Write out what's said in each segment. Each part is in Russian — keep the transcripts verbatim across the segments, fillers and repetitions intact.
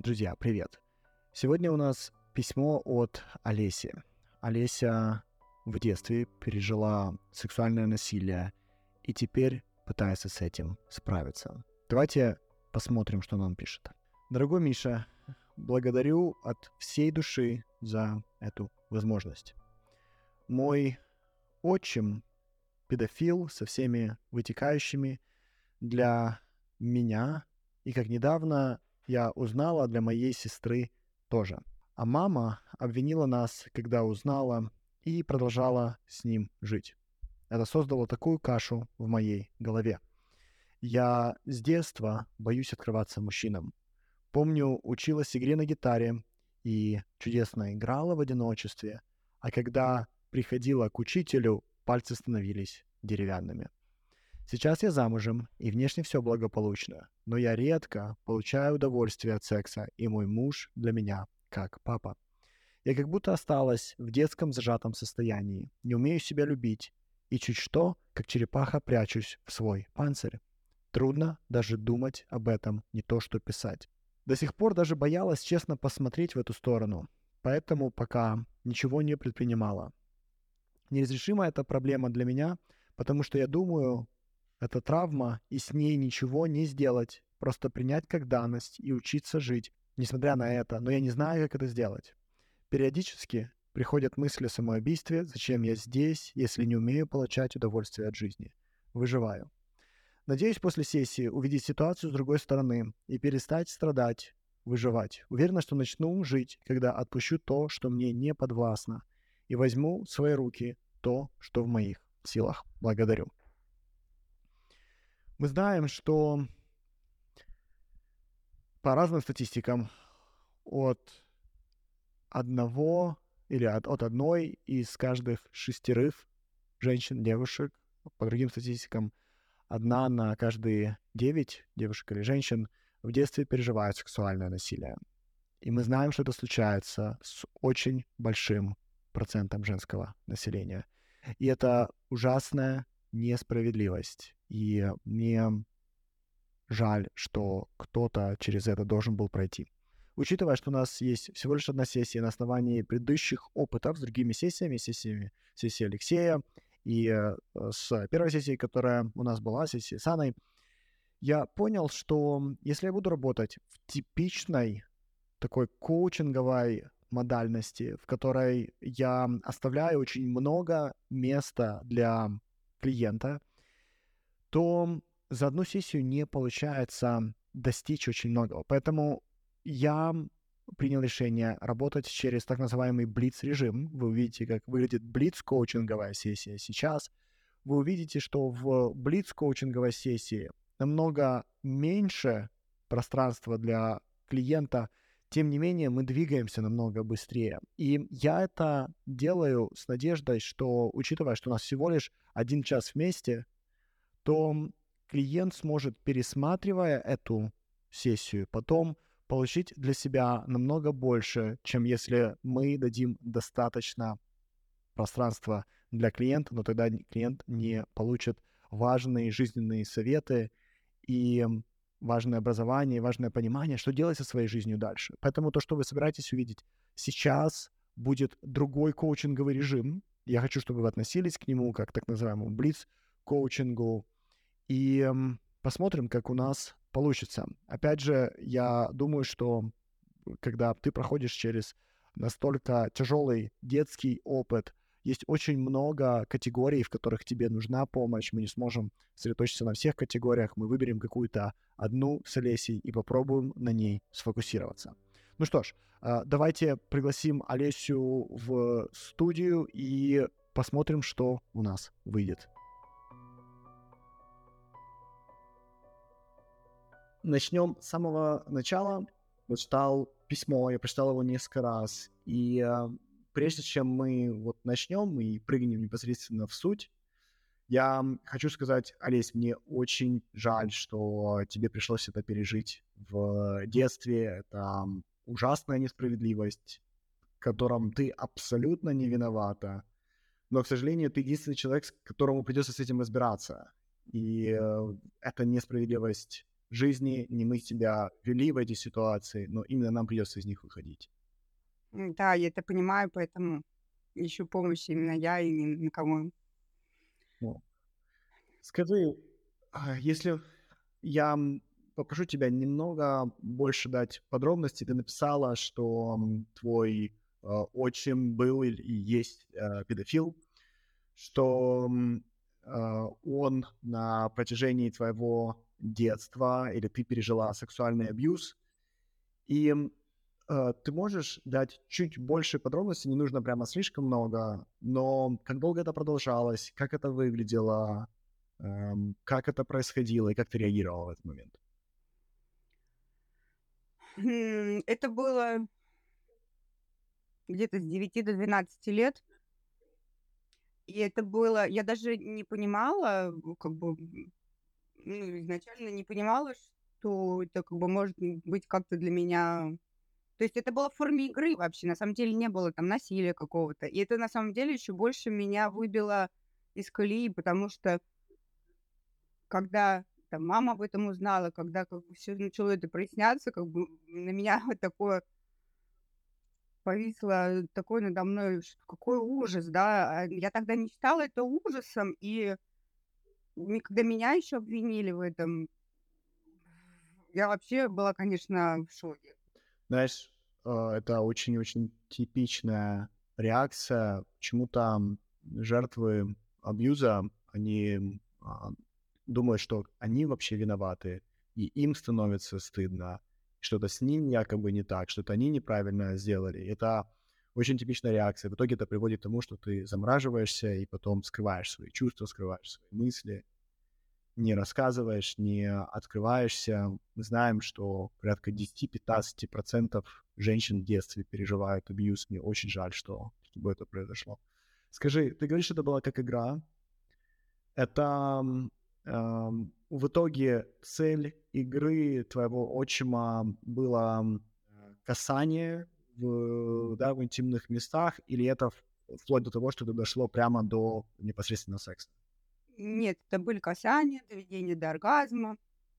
Друзья, привет! Сегодня у нас письмо от Олеси. Олеся в детстве пережила сексуальное насилие и теперь пытается с этим справиться. Давайте посмотрим, что она нам пишет. Дорогой Миша, благодарю от всей души за эту возможность. Мой отчим педофил со всеми вытекающими для меня, и как недавно я узнала, для моей сестры тоже. А мама обвинила нас, когда узнала, и продолжала с ним жить. Это создало такую кашу в моей голове. Я с детства боюсь открываться мужчинам. Помню, училась игре на гитаре и чудесно играла в одиночестве, а когда приходила к учителю, пальцы становились деревянными. Сейчас я замужем, и внешне все благополучно, но я редко получаю удовольствие от секса, и мой муж для меня как папа. Я как будто осталась в детском зажатом состоянии, не умею себя любить, и чуть что, как черепаха, прячусь в свой панцирь. Трудно даже думать об этом, не то что писать. До сих пор даже боялась честно посмотреть в эту сторону, поэтому пока ничего не предпринимала. Неразрешима эта проблема для меня, потому что я думаю, это травма, и с ней ничего не сделать, просто принять как данность и учиться жить, несмотря на это, но я не знаю, как это сделать. Периодически приходят мысли о самоубийстве, зачем я здесь, если не умею получать удовольствие от жизни. Выживаю. Надеюсь после сессии увидеть ситуацию с другой стороны и перестать страдать, выживать. Уверена, что начну жить, когда отпущу то, что мне не подвластно, и возьму в свои руки то, что в моих силах. Благодарю. Мы знаем, что по разным статистикам от одного или от, от одной из каждых шестерых женщин, девушек, по другим статистикам, одна на каждые девять девушек или женщин в детстве переживает сексуальное насилие. И мы знаем, что это случается с очень большим процентом женского населения. И это ужасная несправедливость. И мне жаль, что кто-то через это должен был пройти. Учитывая, что у нас есть всего лишь одна сессия на основании предыдущих опытов с другими сессиями, сессиями сессии Алексея и э, с первой сессией, которая у нас была, сессия с Анной, я понял, что если я буду работать в типичной такой коучинговой модальности, в которой я оставляю очень много места для клиента, то за одну сессию не получается достичь очень многого. Поэтому я принял решение работать через так называемый блиц-режим. Вы увидите, как выглядит блиц-коучинговая сессия сейчас. Вы увидите, что в блиц-коучинговой сессии намного меньше пространства для клиента, тем не менее мы двигаемся намного быстрее. И я это делаю с надеждой, что, учитывая, что у нас всего лишь один час вместе, то клиент сможет, пересматривая эту сессию, потом получить для себя намного больше, чем если мы дадим достаточно пространства для клиента, но тогда клиент не получит важные жизненные советы и важное образование, важное понимание, что делать со своей жизнью дальше. Поэтому то, что вы собираетесь увидеть сейчас, будет другой коучинговый режим. Я хочу, чтобы вы относились к нему как к так называемому блиц-коучингу, и посмотрим, как у нас получится. Опять же, я думаю, что когда ты проходишь через настолько тяжелый детский опыт, есть очень много категорий, в которых тебе нужна помощь. Мы не сможем сосредоточиться на всех категориях. Мы выберем какую-то одну с Олесей и попробуем на ней сфокусироваться. Ну что ж, давайте пригласим Олесю в студию и посмотрим, что у нас выйдет. Начнем с самого начала. Я читал письмо, я прочитал его несколько раз. И э, прежде чем мы вот начнем и прыгнем непосредственно в суть, я хочу сказать, Олесь, мне очень жаль, что тебе пришлось это пережить в детстве. Это ужасная несправедливость, в котором ты абсолютно не виновата. Но, к сожалению, ты единственный человек, которому придется с этим разбираться. И э, эта несправедливость жизни, не мы себя вели в эти ситуации, но именно нам придется из них выходить. М, Да, я это понимаю, поэтому ищу помощи именно я и ни на кого. Ну, скажи, а, если я м, попрошу тебя немного больше дать подробностей. Ты написала, что м, твой э, отчим был или и есть э, педофил, что м, э, он на протяжении твоего детства или ты пережила сексуальный абьюз. И м, э, ты можешь дать чуть больше подробностей, не нужно прямо слишком много, но как долго это продолжалось, как это выглядело, эм, как это происходило и как ты реагировала в этот момент? М, Это было где-то с девяти до двенадцати лет. И это было я даже не понимала, м, как бы, м, ну, изначально не понимала, что это как бы может, м, быть как-то для меня. То есть это было в форме игры вообще, на самом деле не было там насилия какого-то. И это на самом деле еще больше меня выбило из колеи, потому что когда там мама об этом узнала, когда как бы всё начало это проясняться, как бы на меня вот такое повисло, такой надо мной, ш какой ужас, да. А я тогда не считала это ужасом, и ми когда меня еще обвинили в этом, я вообще была, конечно, в шоке. Знаешь, э, это очень-очень типичная реакция. Почему-то м, жертвы абьюза, они а, думают, что они вообще виноваты, и им становится стыдно, что-то с ним якобы не так, что-то они неправильно сделали. Это очень типичная реакция. В итоге это приводит к тому, что ты замораживаешься и потом скрываешь свои чувства, скрываешь свои мысли, не рассказываешь, не открываешься. Мы знаем, что порядка десять-пятнадцать процентов женщин в детстве переживают абьюз. Мне очень жаль, что с тобой это произошло. Скажи, ты говоришь, что это была как игра. Это м, ам, в итоге цель игры твоего отчима была м, э, касание в, да, в интимных местах, или это в- вплоть до того, что это дошло прямо до непосредственно секса? Нет, это были касания, доведение до оргазма.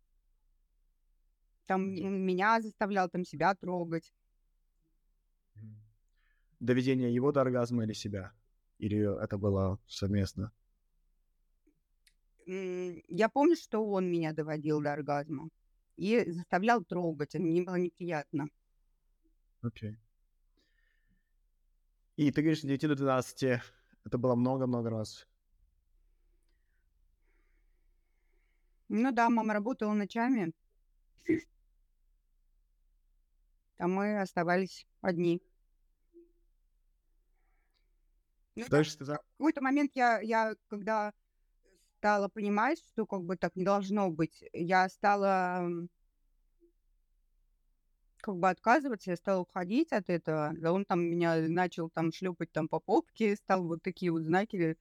Там Мгм. м меня заставлял там себя трогать. Мгм. Доведение его до оргазма или себя? Или это было совместно? М, я помню, что он меня доводил до оргазма и заставлял трогать, и мне было неприятно. Окей. И ты говоришь, с девяти до двенадцати это было много-много раз. Ну да, мама работала ночами, а мы оставались одни. Ну да, Дальше ты за в какой-то момент я я, когда стала понимать, что как бы так не должно быть, я стала, м, как бы отказываться, я стала уходить от этого. Да он там меня начал там шлепать там по попке, стал вот такие вот знаки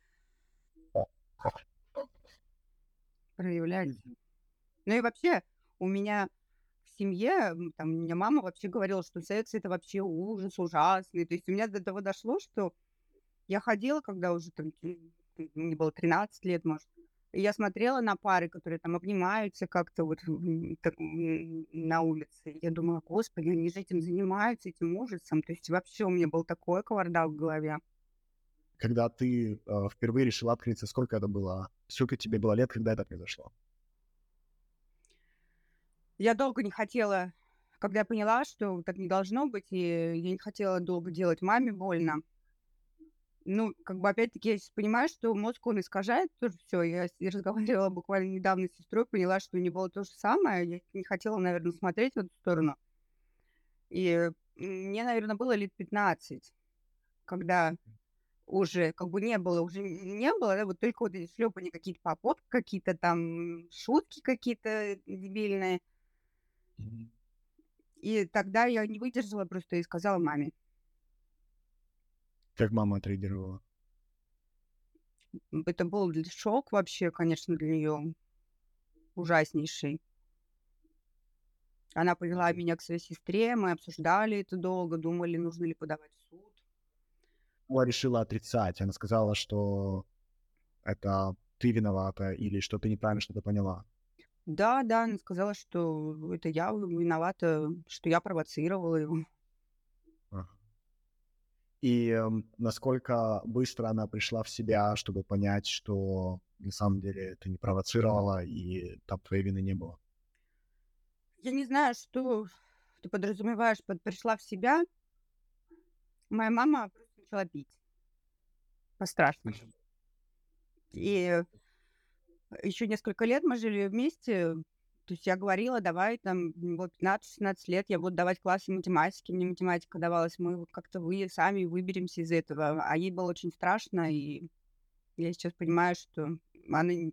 проявлять. Мгм. Ну и вообще у меня в семье, м, там, у меня мама вообще говорила, что секс — это вообще ужас ужасный. То есть у меня до того дошло, что я ходила, когда уже там, м, мне было тринадцать лет, может, и я смотрела на пары, которые там обнимаются как-то вот, м, так, м, на улице. Я думала: "Господи, они же этим занимаются, этим ужасом". То есть вообще у меня был такой кавардак в голове. Когда ты, э, впервые решила открыться, сколько это было? Сколько тебе было лет, когда это произошло? Я долго не хотела, когда я поняла, что так не должно быть, и я не хотела долго делать маме больно. Ну, как бы опять-таки я сейчас понимаю, что мозг, он искажает тоже все. Я с разговаривала буквально недавно с сестрой, поняла, что у нее было то же самое. Я не хотела, наверное, смотреть в эту сторону. И, м, мне, наверное, было лет пятнадцать, когда уже как бы не было, уже н не было, да, вот только вот эти шлепанья какие-то по попке, какие-то там шутки какие-то дебильные. Мгм. И тогда я не выдержала просто и сказала маме. Как мама отреагировала? М, это был для шок вообще, конечно, для нее ужаснейший. Она повела Мгм. меня к своей сестре, мы обсуждали это долго, думали, нужно ли подавать в суд. Мама решила отрицать. Она сказала, что это ты виновата или что ты неправильно что-то поняла. Да, да, она сказала, что это я виновата, что я провоцировала его. Ага. И, м, насколько быстро она пришла в себя, чтобы понять, что на самом деле ты не провоцировала и там твоей вины не было? Я не знаю, что ты подразумеваешь под "пришла в себя". Моя мама просто начала пить по-страшному. Слышал. И еще несколько лет мы жили вместе. То есть я говорила: "Давай там, м, вот пятнадцать-шестнадцать лет я буду давать классы математики". Мне математика давалась. Мы вот как-то вы сами выберемся из этого. А ей было очень страшно, и я сейчас понимаю, что она н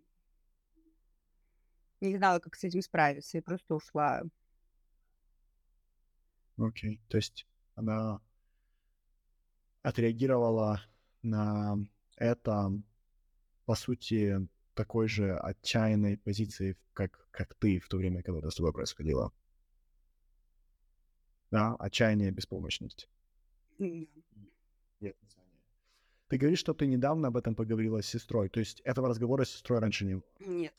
не знала, как с этим справиться, и просто ушла. Окей. То есть она отреагировала на это, по сути, такой же отчаянной позиции, как как ты в то время, когда это с тобой происходило. Да, отчаяние, беспомощность. М, И отрицание. Ты говоришь, что ты недавно об этом поговорила с сестрой. То есть этого разговора с сестрой раньше не было? нет.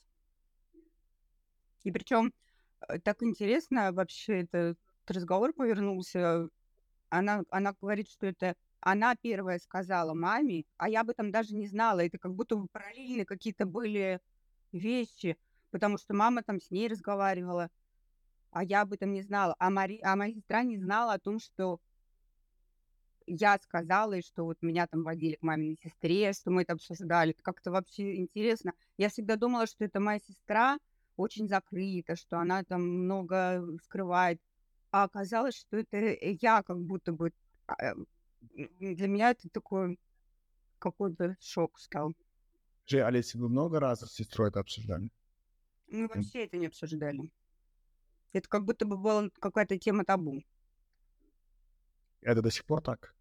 И причем, э, так интересно вообще этот разговор повернулся. Она она говорит, что это она первая сказала маме, а я об этом даже не знала. Это как будто бы параллельные какие-то были вещи, потому что мама там с ней разговаривала, а я об этом не знала. А Мари а моя сестра не знала о том, что я сказала, и что вот меня там водили к маминой сестре, что мы это обсуждали. Это как-то вообще интересно. Я всегда думала, что это моя сестра очень закрыта, что она там много скрывает. А оказалось, что это, э, я как будто бы, а, э, м, для меня это такой какой-то шок стал. Скажи, Олесь, вы много раз с сестрой это обсуждали? Мы М. вообще это не обсуждали. Это как будто бы была какая-то тема табу. Это до сих пор так?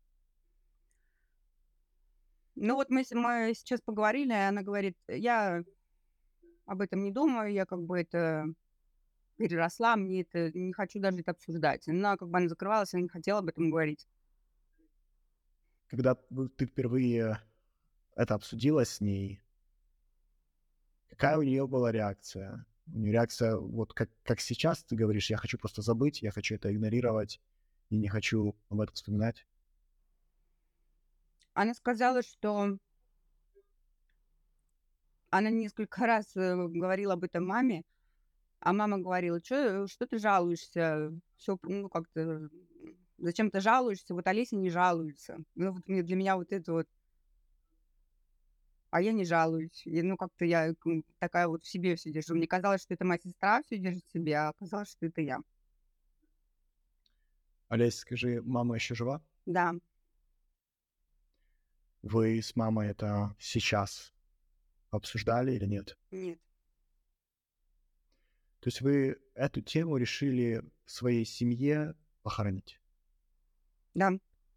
Ну вот мы с мы сейчас поговорили, и она говорит: "Я об этом не думаю, я как бы это переросла, мне это не хочу даже это обсуждать". Она как бы она закрывалась, она не хотела об этом говорить. Когда вы ты впервые это обсудила с ней, какая у нее была реакция? У нее реакция вот как как сейчас ты говоришь: "Я хочу просто забыть, я хочу это игнорировать и не хочу об этом вспоминать"? Она сказала, что она несколько раз, э, говорила об этом маме, а мама говорила: "Чё, что ты жалуешься? Всё, ну, как-то, зачем ты жалуешься? Вот Олеся не жалуется". Ну, вот мне для меня вот это вот, а я не жалуюсь. И, ну, как-то я, м, такая вот в себе все держу. Мне казалось, что это моя сестра все держит в себе, а оказалось, что это я. Олесь, скажи, мама еще жива? Да, Вы с мамой это сейчас обсуждали или нет? нет, То есть вы эту тему решили в своей семье похоронить? да.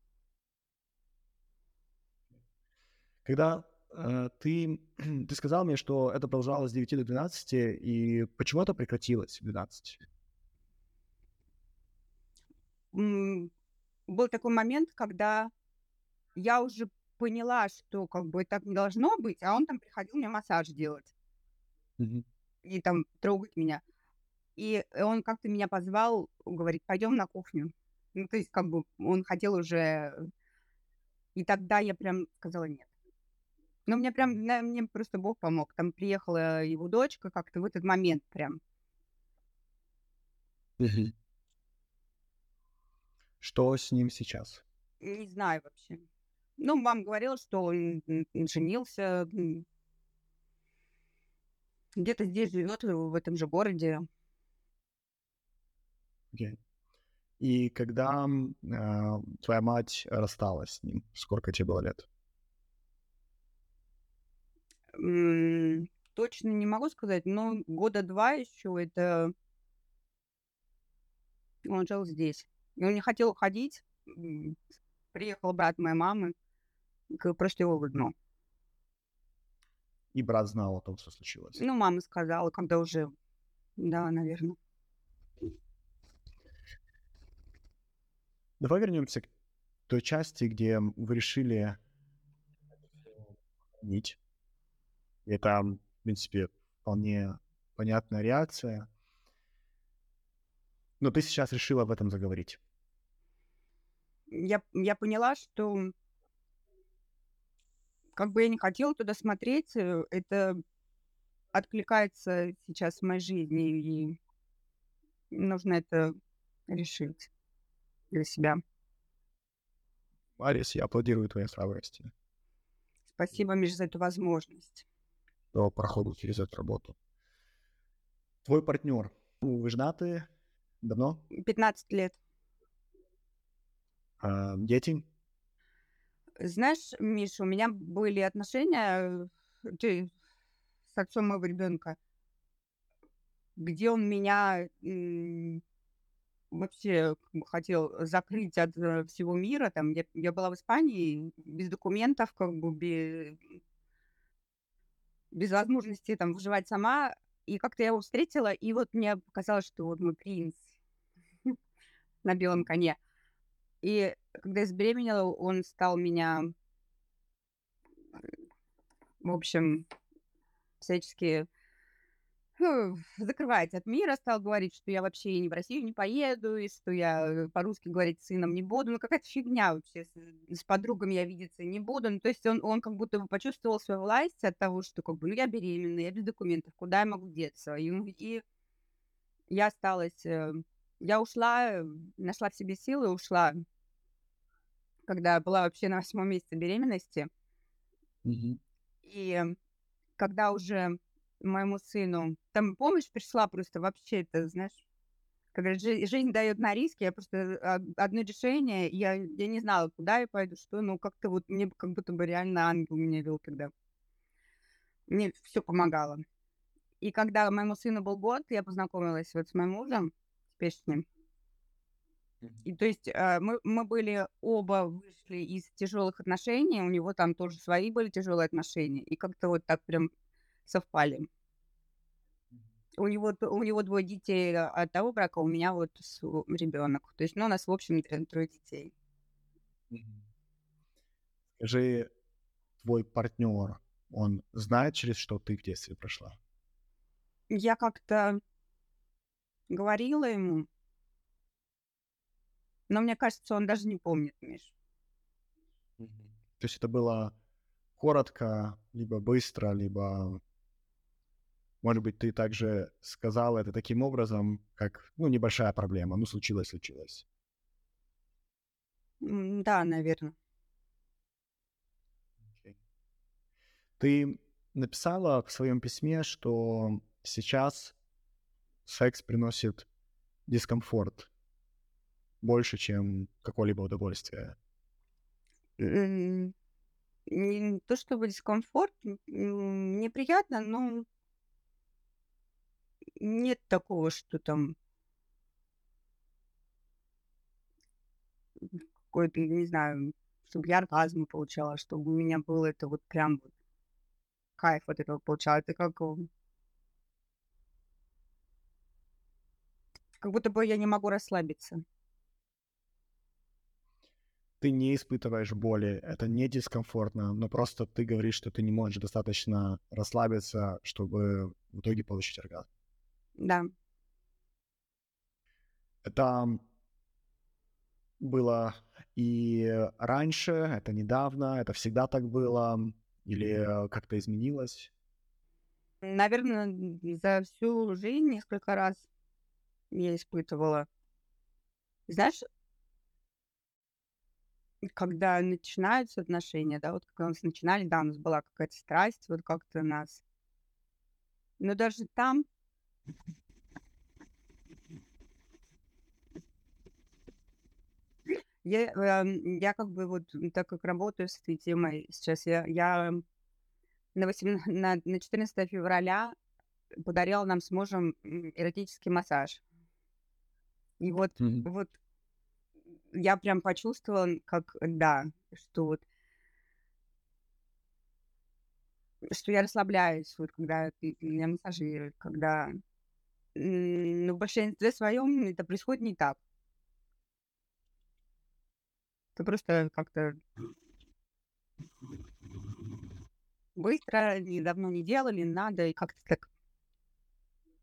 Когда, э, ты ты сказал мне, что это продолжалось с девяти до двенадцати, и почему это прекратилось в двенадцать? М, был такой момент, когда я уже поняла, что как бы так не должно быть, а он там приходил мне массаж делать Мгм. и там трогать меня. И он как-то меня позвал, говорит: "Пойдем на кухню". Ну, то есть как бы он хотел уже. И тогда я прям сказала: "Нет". Но мне прям, на мне просто Бог помог. Там приехала его дочка как-то в этот момент прям. Мгм. Что с ним сейчас? Не знаю вообще. Ну, мама говорила, что он, м, женился, м, где-то здесь живет, в этом же городе. Окей. И когда, м, а, твоя мать рассталась с ним, сколько тебе было лет? М, точно не могу сказать, но года два еще это он жил здесь. И он не хотел уходить. М, приехал брат моей мамы, к просто его выгнал. И брат знал о том, что случилось. Ну, мама сказала, когда уже, да, наверно. Давай вернемся к той части, где вы решили нить. И это, м, в принципе, вполне понятная реакция. Но ты сейчас решила об этом заговорить. Я я поняла, что как бы я не хотела туда смотреть, э, это откликается сейчас в моей жизни, и нужно это решить для себя. Арис, я аплодирую твоей храбрости Спасибо, Миш, за эту возможность. по проходу через эту работу. Твой партнер, вы женаты давно? пятнадцать лет. А, дети? Знаешь, Миша, у меня были отношения э, ты- с отцом моего ребенка, где он меня м, вообще как бы хотел закрыть от э, всего мира. Там я, я была в Испании без документов, как бы без, без возможности там выживать сама. И как-то я его встретила, и вот мне показалось, что вот мой принц на белом коне. И когда я забеременела, он стал меня, в общем, всячески фу, закрывать от мира, стал говорить, что я вообще ни в Россию не поеду, и что я э, по-русски говорить с сыном не буду. Ну, какая-то фигня вообще. С, с подругами я видеться не буду. Ну, то есть он, он как будто бы почувствовал свою власть от того, что как бы, ну, я беременна, я без документов, куда я могу деться? И, и я осталась... э, Я ушла, э, нашла в себе силы, ушла, когда была вообще на восьмом месяце беременности. Мгм. И когда уже моему сыну... Там помощь пришла просто вообще, это, знаешь, когда жи- жизнь дает на риски, я просто а, одно решение, я, я не знала, куда я пойду, что, ну, как-то вот мне как будто бы реально ангел меня вел, когда мне все помогало. И когда моему сыну был год, я познакомилась вот с моим мужем, теперешним. Мгм. И то есть а, мы, мы были оба вышли из тяжелых отношений, у него там тоже свои были тяжелые отношения, и как-то вот так прям совпали. У него, т- у него двое детей а, от того брака, у меня вот ребенок. То есть, ну, у нас, в общем, тр- трое детей. Мгм. Скажи, твой партнер, он знает, через что ты в детстве прошла? Я как-то говорила ему, но мне кажется, он даже не помнит, Миш. Мгм. То есть это было коротко, либо быстро, либо, может быть, ты также сказала это таким образом, как, ну, небольшая проблема, ну, случилось, случилось. М, Да, наверное. Окей. Ты написала в своем письме, что сейчас секс приносит дискомфорт больше, чем какое-либо удовольствие. М, Не то чтобы дискомфорт, м, м, неприятно, но нет такого, что там какой-то, не знаю, чтобы я оргазм получала, чтобы у меня было это вот прям вот кайф от этого получала. Это как, э, как будто бы я не могу расслабиться. Ты не испытываешь боли, это не дискомфортно, но просто ты говоришь, что ты не можешь достаточно расслабиться, чтобы в итоге получить оргазм. Да. Это было и раньше, это недавно, это всегда так было, или как-то изменилось? Наверное, за всю жизнь несколько раз я испытывала. Знаешь, когда начинаются отношения, да, вот когда у нас начинали, да, у нас была какая-то страсть, вот как-то нас. Но даже там я, эм, я как бы вот, м, так как работаю с этой темой сейчас, я, я на, восемна- на, на четырнадцатое февраля подарила нам с мужем м, эротический массаж. И вот, Мгм. вот я прям почувствовала, как, да, что вот, что я расслабляюсь, вот когда ты- меня массажируют, когда, м, ну, в большинстве своем это происходит не так. Это просто как-то быстро, и давно не делали, надо, и как-то так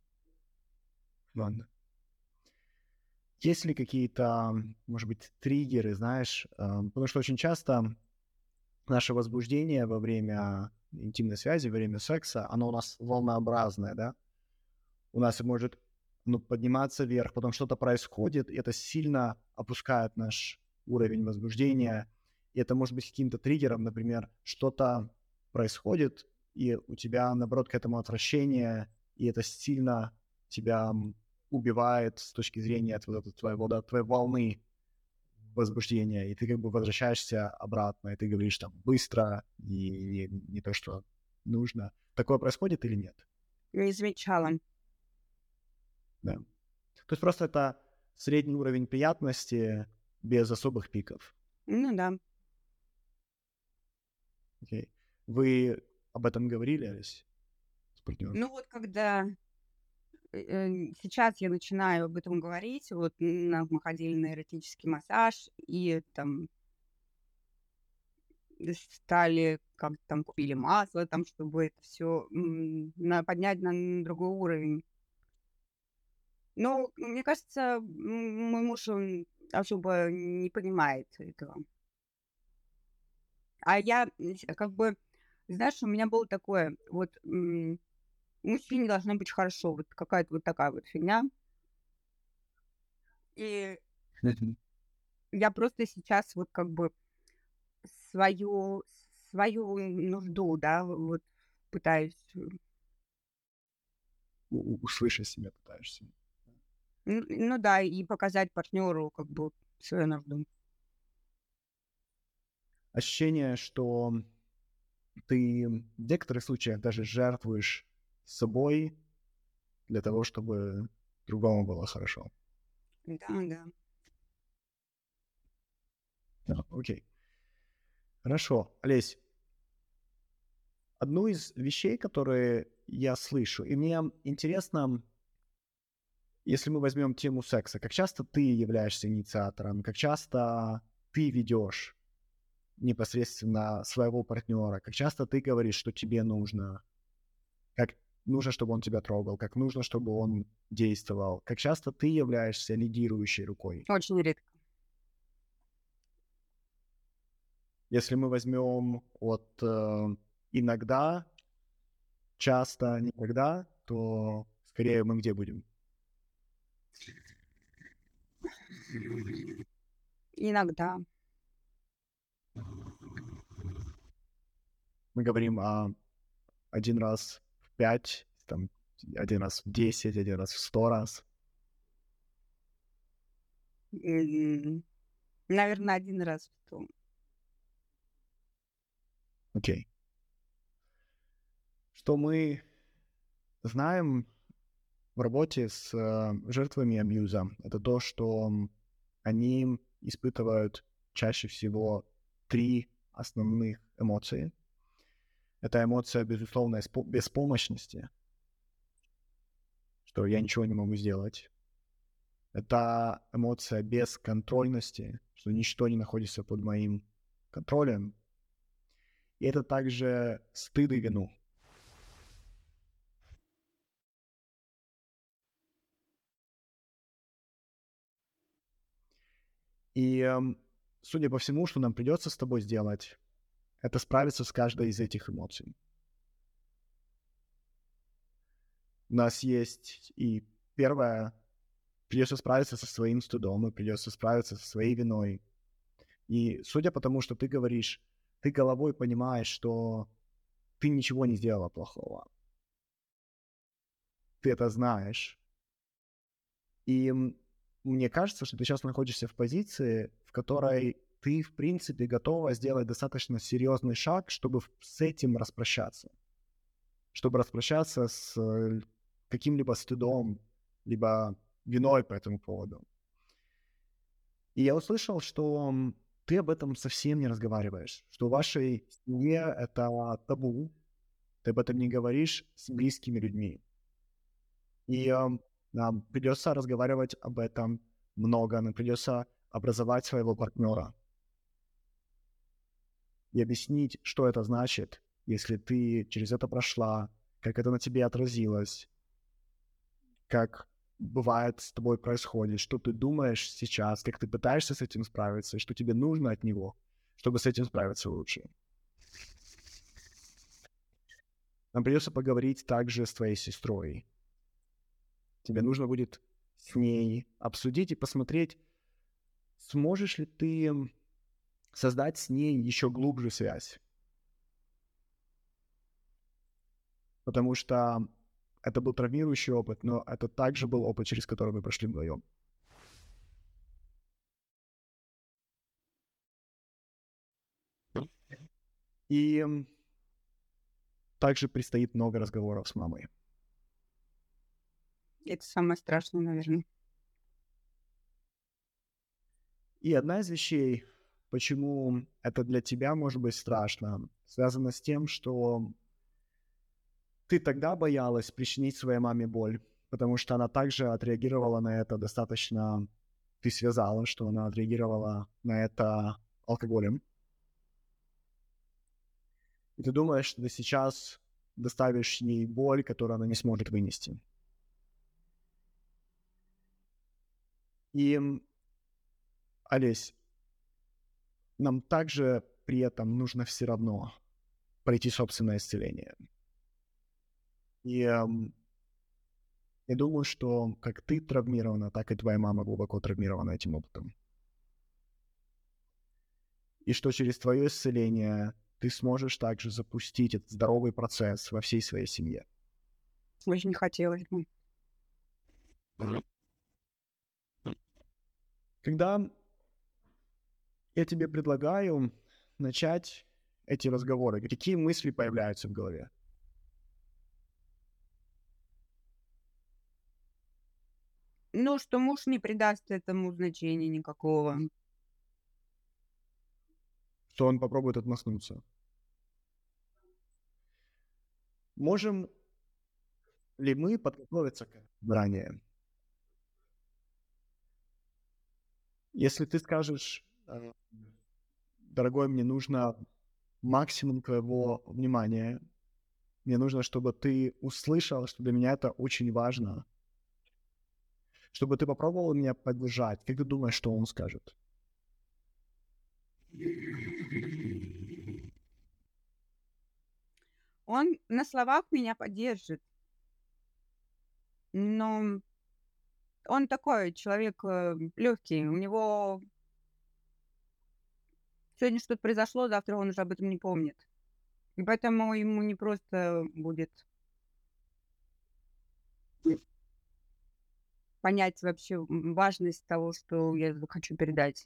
Ладно. Есть ли какие-то, может быть, триггеры, знаешь? э, Потому что очень часто наше возбуждение во время интимной связи, во время секса, оно у нас волнообразное, да? У нас может, ну, подниматься вверх, потом что-то происходит, и это сильно опускает наш уровень возбуждения. И это может быть каким-то триггером, например, что-то происходит, и у тебя, наоборот, к этому отвращение, и это сильно тебя м, убивает с точки зрения вот этой твоего, да, твоей волны возбуждения, и ты как бы возвращаешься обратно, и ты говоришь там быстро, и не, не то, что нужно. Такое происходит или нет? Не замечала. Да. То есть просто это средний уровень приятности без особых пиков. Ну да. Окей. Вы об этом говорили, Олесь, с партнером? Ну вот когда э, э, сейчас я начинаю об этом говорить, вот на мы ходили на эротический массаж, и там стали, как там купили масло, там, чтобы это все поднять на другой уровень. Но мне кажется, м, мой муж, он особо не понимает этого. А я, м, с как бы, знаешь, у меня было такое, вот, м, мужчине должно быть хорошо, вот какая-то вот такая вот фигня. И Мгм. я просто сейчас вот как бы свою свою нужду, да, вот пытаюсь, э, У- у- Услышать себя пытаешься. н ну да, и показать партнеру как бы свою нужду. Ощущение, что ты в некоторых случаях даже жертвуешь собой для того, чтобы другому было хорошо. Да, да. Да, окей. Хорошо. Олесь, одну из вещей, которые я слышу, и мне интересно, если мы возьмем тему секса, как часто ты являешься инициатором, как часто ты ведешь непосредственно своего партнера, как часто ты говоришь, что тебе нужно, как нужно, чтобы он тебя трогал, как нужно, чтобы он действовал, как часто ты являешься лидирующей рукой. Очень редко. Если мы возьмем от э, иногда, часто, никогда, то скорее мы где будем? Иногда. Мы говорим о один раз в пять, там, один раз в десять, один раз в сто раз. Наверное, один раз в сто. Окей. Что мы знаем в работе с э, жертвами абьюза, это то, что м, они испытывают чаще всего три основных эмоции. Это эмоция безусловной спо- беспомощности, что я ничего не могу сделать. Это эмоция бесконтрольности, что ничто не находится под моим контролем. И это также стыд и вину. И эм, судя по всему, что нам придется с тобой сделать, это справиться с каждой из этих эмоций. У нас есть и первое, придется справиться со своим стыдом, и придется справиться со своей виной. И судя по тому, что ты говоришь, ты головой понимаешь, что ты ничего не сделала плохого. Ты это знаешь. И м, мне кажется, что ты сейчас находишься в позиции, в которой ты, в принципе, готова сделать достаточно серьезный шаг, чтобы в- с этим распрощаться. Чтобы распрощаться с э, каким-либо стыдом, либо виной по этому поводу. И я услышал, что м, ты об этом совсем не разговариваешь, что в вашей семье это табу, ты об этом не говоришь с близкими людьми. И ам, нам придется разговаривать об этом много, нам придется образовать своего партнера и объяснить, что это значит, если ты через это прошла, как это на тебе отразилось, как бывает с тобой происходит, что ты думаешь сейчас, как ты пытаешься с этим справиться, и что тебе нужно от него, чтобы с этим справиться лучше. Нам придется поговорить также с твоей сестрой. Тебе нужно будет с ней обсудить и посмотреть, сможешь ли ты создать с ней еще глубже связь. Потому что это был травмирующий опыт, но это также был опыт, через который мы прошли вдвоем. И также предстоит много разговоров с мамой. Это самое страшное, наверное. И одна из вещей, почему это для тебя может быть страшно, связана с тем, что ты тогда боялась причинить своей маме боль, потому что она также отреагировала на это достаточно... Ты связала, что она отреагировала на это алкоголем. И ты думаешь, что ты сейчас доставишь ей боль, которую она не сможет вынести. И, Олесь, нам также при этом нужно все равно пройти собственное исцеление. И эм, я думаю, что как ты травмирована, так и твоя мама глубоко травмирована этим опытом. И что через твое исцеление ты сможешь также запустить этот здоровый процесс во всей своей семье. Очень хотелось бы. Когда я тебе предлагаю начать эти разговоры, какие мысли появляются в голове? Ну, что муж не придаст этому значения никакого. Что он попробует отмахнуться. Можем ли мы подготовиться к этому заранее? Если ты скажешь, э, дорогой, мне нужно максимум твоего внимания, мне нужно, чтобы ты услышал, что для меня это очень важно, чтобы ты попробовал меня поддержать. Как ты думаешь, что он скажет? Он на словах меня поддержит. Но он такой человек э, легкий. У него сегодня что-то произошло, завтра он уже об этом не помнит. И поэтому ему не просто будет понять вообще м, важность того, что я хочу передать.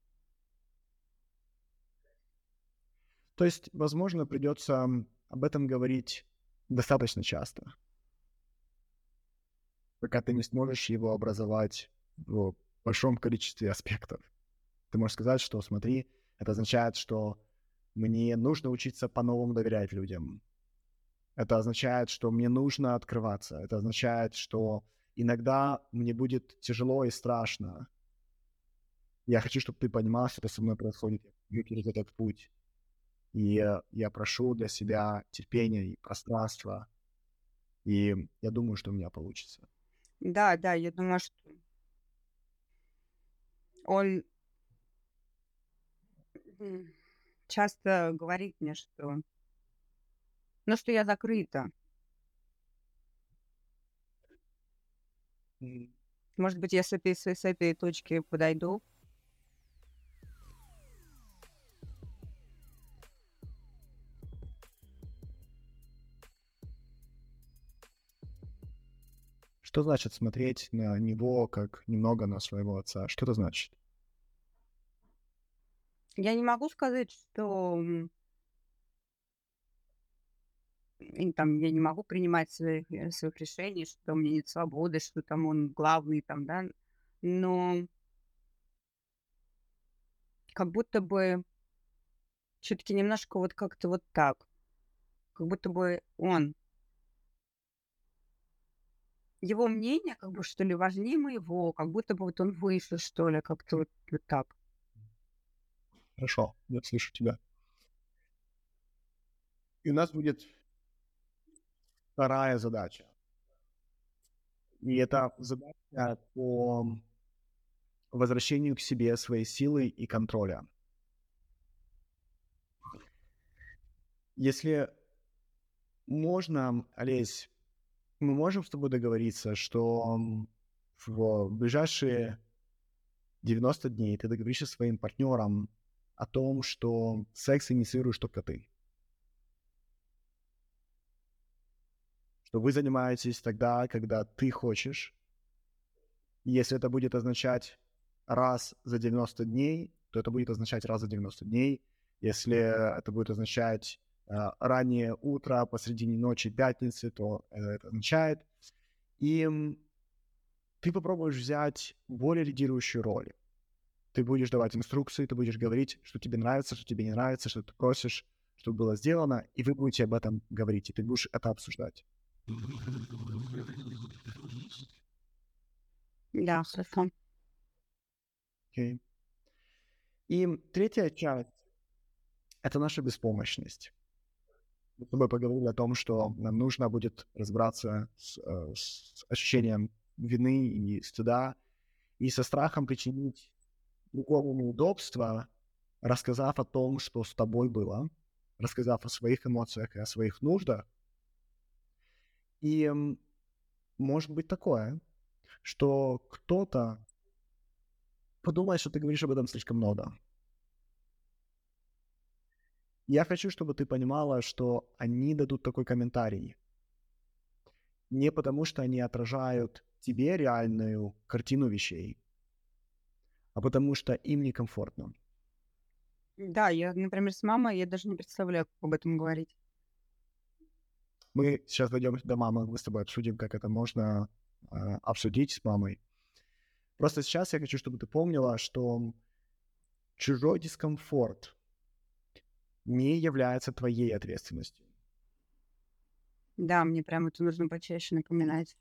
То есть, возможно, придется об этом говорить достаточно часто, пока ты не сможешь его образовать в большом количестве аспектов. Ты можешь сказать, что смотри, это означает, что мне нужно учиться по-новому доверять людям. Это означает, что мне нужно открываться. Это означает, что иногда мне будет тяжело и страшно. Я хочу, чтобы ты понимал, что это со мной происходит. Я иду через этот путь. И э, я прошу для себя терпения и пространства. И я думаю, что у меня получится. Да, да, я думаю, что он м, часто говорит мне, что ну, что я закрыта. Мгм. Может быть, я с этой, с, с этой точки подойду. Что значит смотреть на него как немного на своего отца? Что это значит? Я не могу сказать, что м, и там я не могу принимать своих, э, своих решений, что у меня нет свободы, что там он главный, там, да. Но как будто бы все-таки немножко вот как-то вот так. Как будто бы он, его мнение, как бы, что ли, важнее моего, как будто бы вот он выше, что ли, как-то вот, вот так. Хорошо, я слышу тебя. И у нас будет вторая задача. И это задача по возвращению к себе своей силы и контроля. Если можно, Олесь, мы можем с тобой договориться, что в ближайшие девяносто дней ты договоришься со своим партнером о том, что секс инициируешь только ты. Что вы занимаетесь тогда, когда ты хочешь. Если это будет означать раз за девяносто дней, то это будет означать раз за девяносто дней. Если это будет означать э, раннее утро, посредине ночи, пятницы, то это означает. И м, ты попробуешь взять более лидирующую роль. Ты будешь давать инструкции, ты будешь говорить, что тебе нравится, что тебе не нравится, что ты просишь, чтобы было сделано, и вы будете об этом говорить, и ты будешь это обсуждать. Да, хорошо. Окей. И третья часть — это наша беспомощность. Мы с тобой поговорили о том, что нам нужно будет разбираться с, э, с ощущением вины и стыда, и со страхом причинить другому неудобство, рассказав о том, что с тобой было, рассказав о своих эмоциях и о своих нуждах. И м, может быть такое, что кто-то подумает, что ты говоришь об этом слишком много. Я хочу, чтобы ты понимала, что они дадут такой комментарий не потому, что они отражают тебе реальную картину вещей, а потому что им некомфортно. Да, я, например, с мамой, я даже не представляю, как об этом говорить. Мы сейчас дойдем до мамы, мы с тобой обсудим, как это можно э, обсудить с мамой. Просто сейчас я хочу, чтобы ты помнила, что чужой дискомфорт не является твоей ответственностью. Да, мне прям это нужно почаще напоминать.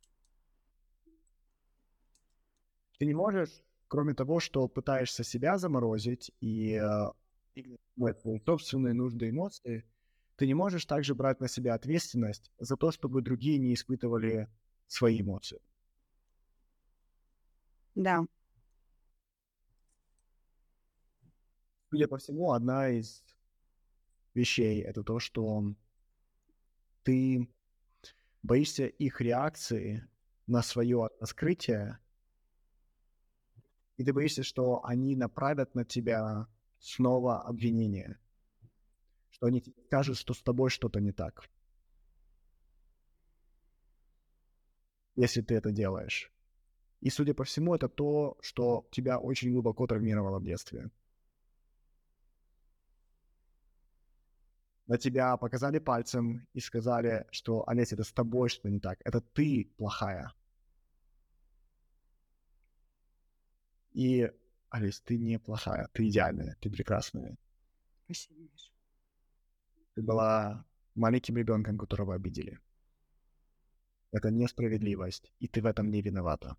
Ты не можешь, кроме того, что пытаешься себя заморозить и э, игнорировать свои собственные нужды и эмоции, ты не можешь также брать на себя ответственность за то, чтобы другие не испытывали свои эмоции. Да, Судя по всему, одна из вещей — это то, что ты боишься их реакции на свое раскрытие, и ты боишься, что они направят на тебя снова обвинение, что они тебе скажут, что с тобой что-то не так, если ты это делаешь. И, судя по всему, это то, что тебя очень глубоко травмировало в детстве. На тебя показали пальцем и сказали, что, Олесь, это с тобой что-то не так, это ты плохая. И, Олесь, ты не плохая, ты идеальная, ты прекрасная. спасибо, Миша. Ты была маленьким ребенком, которого обидели. Это несправедливость, и ты в этом не виновата.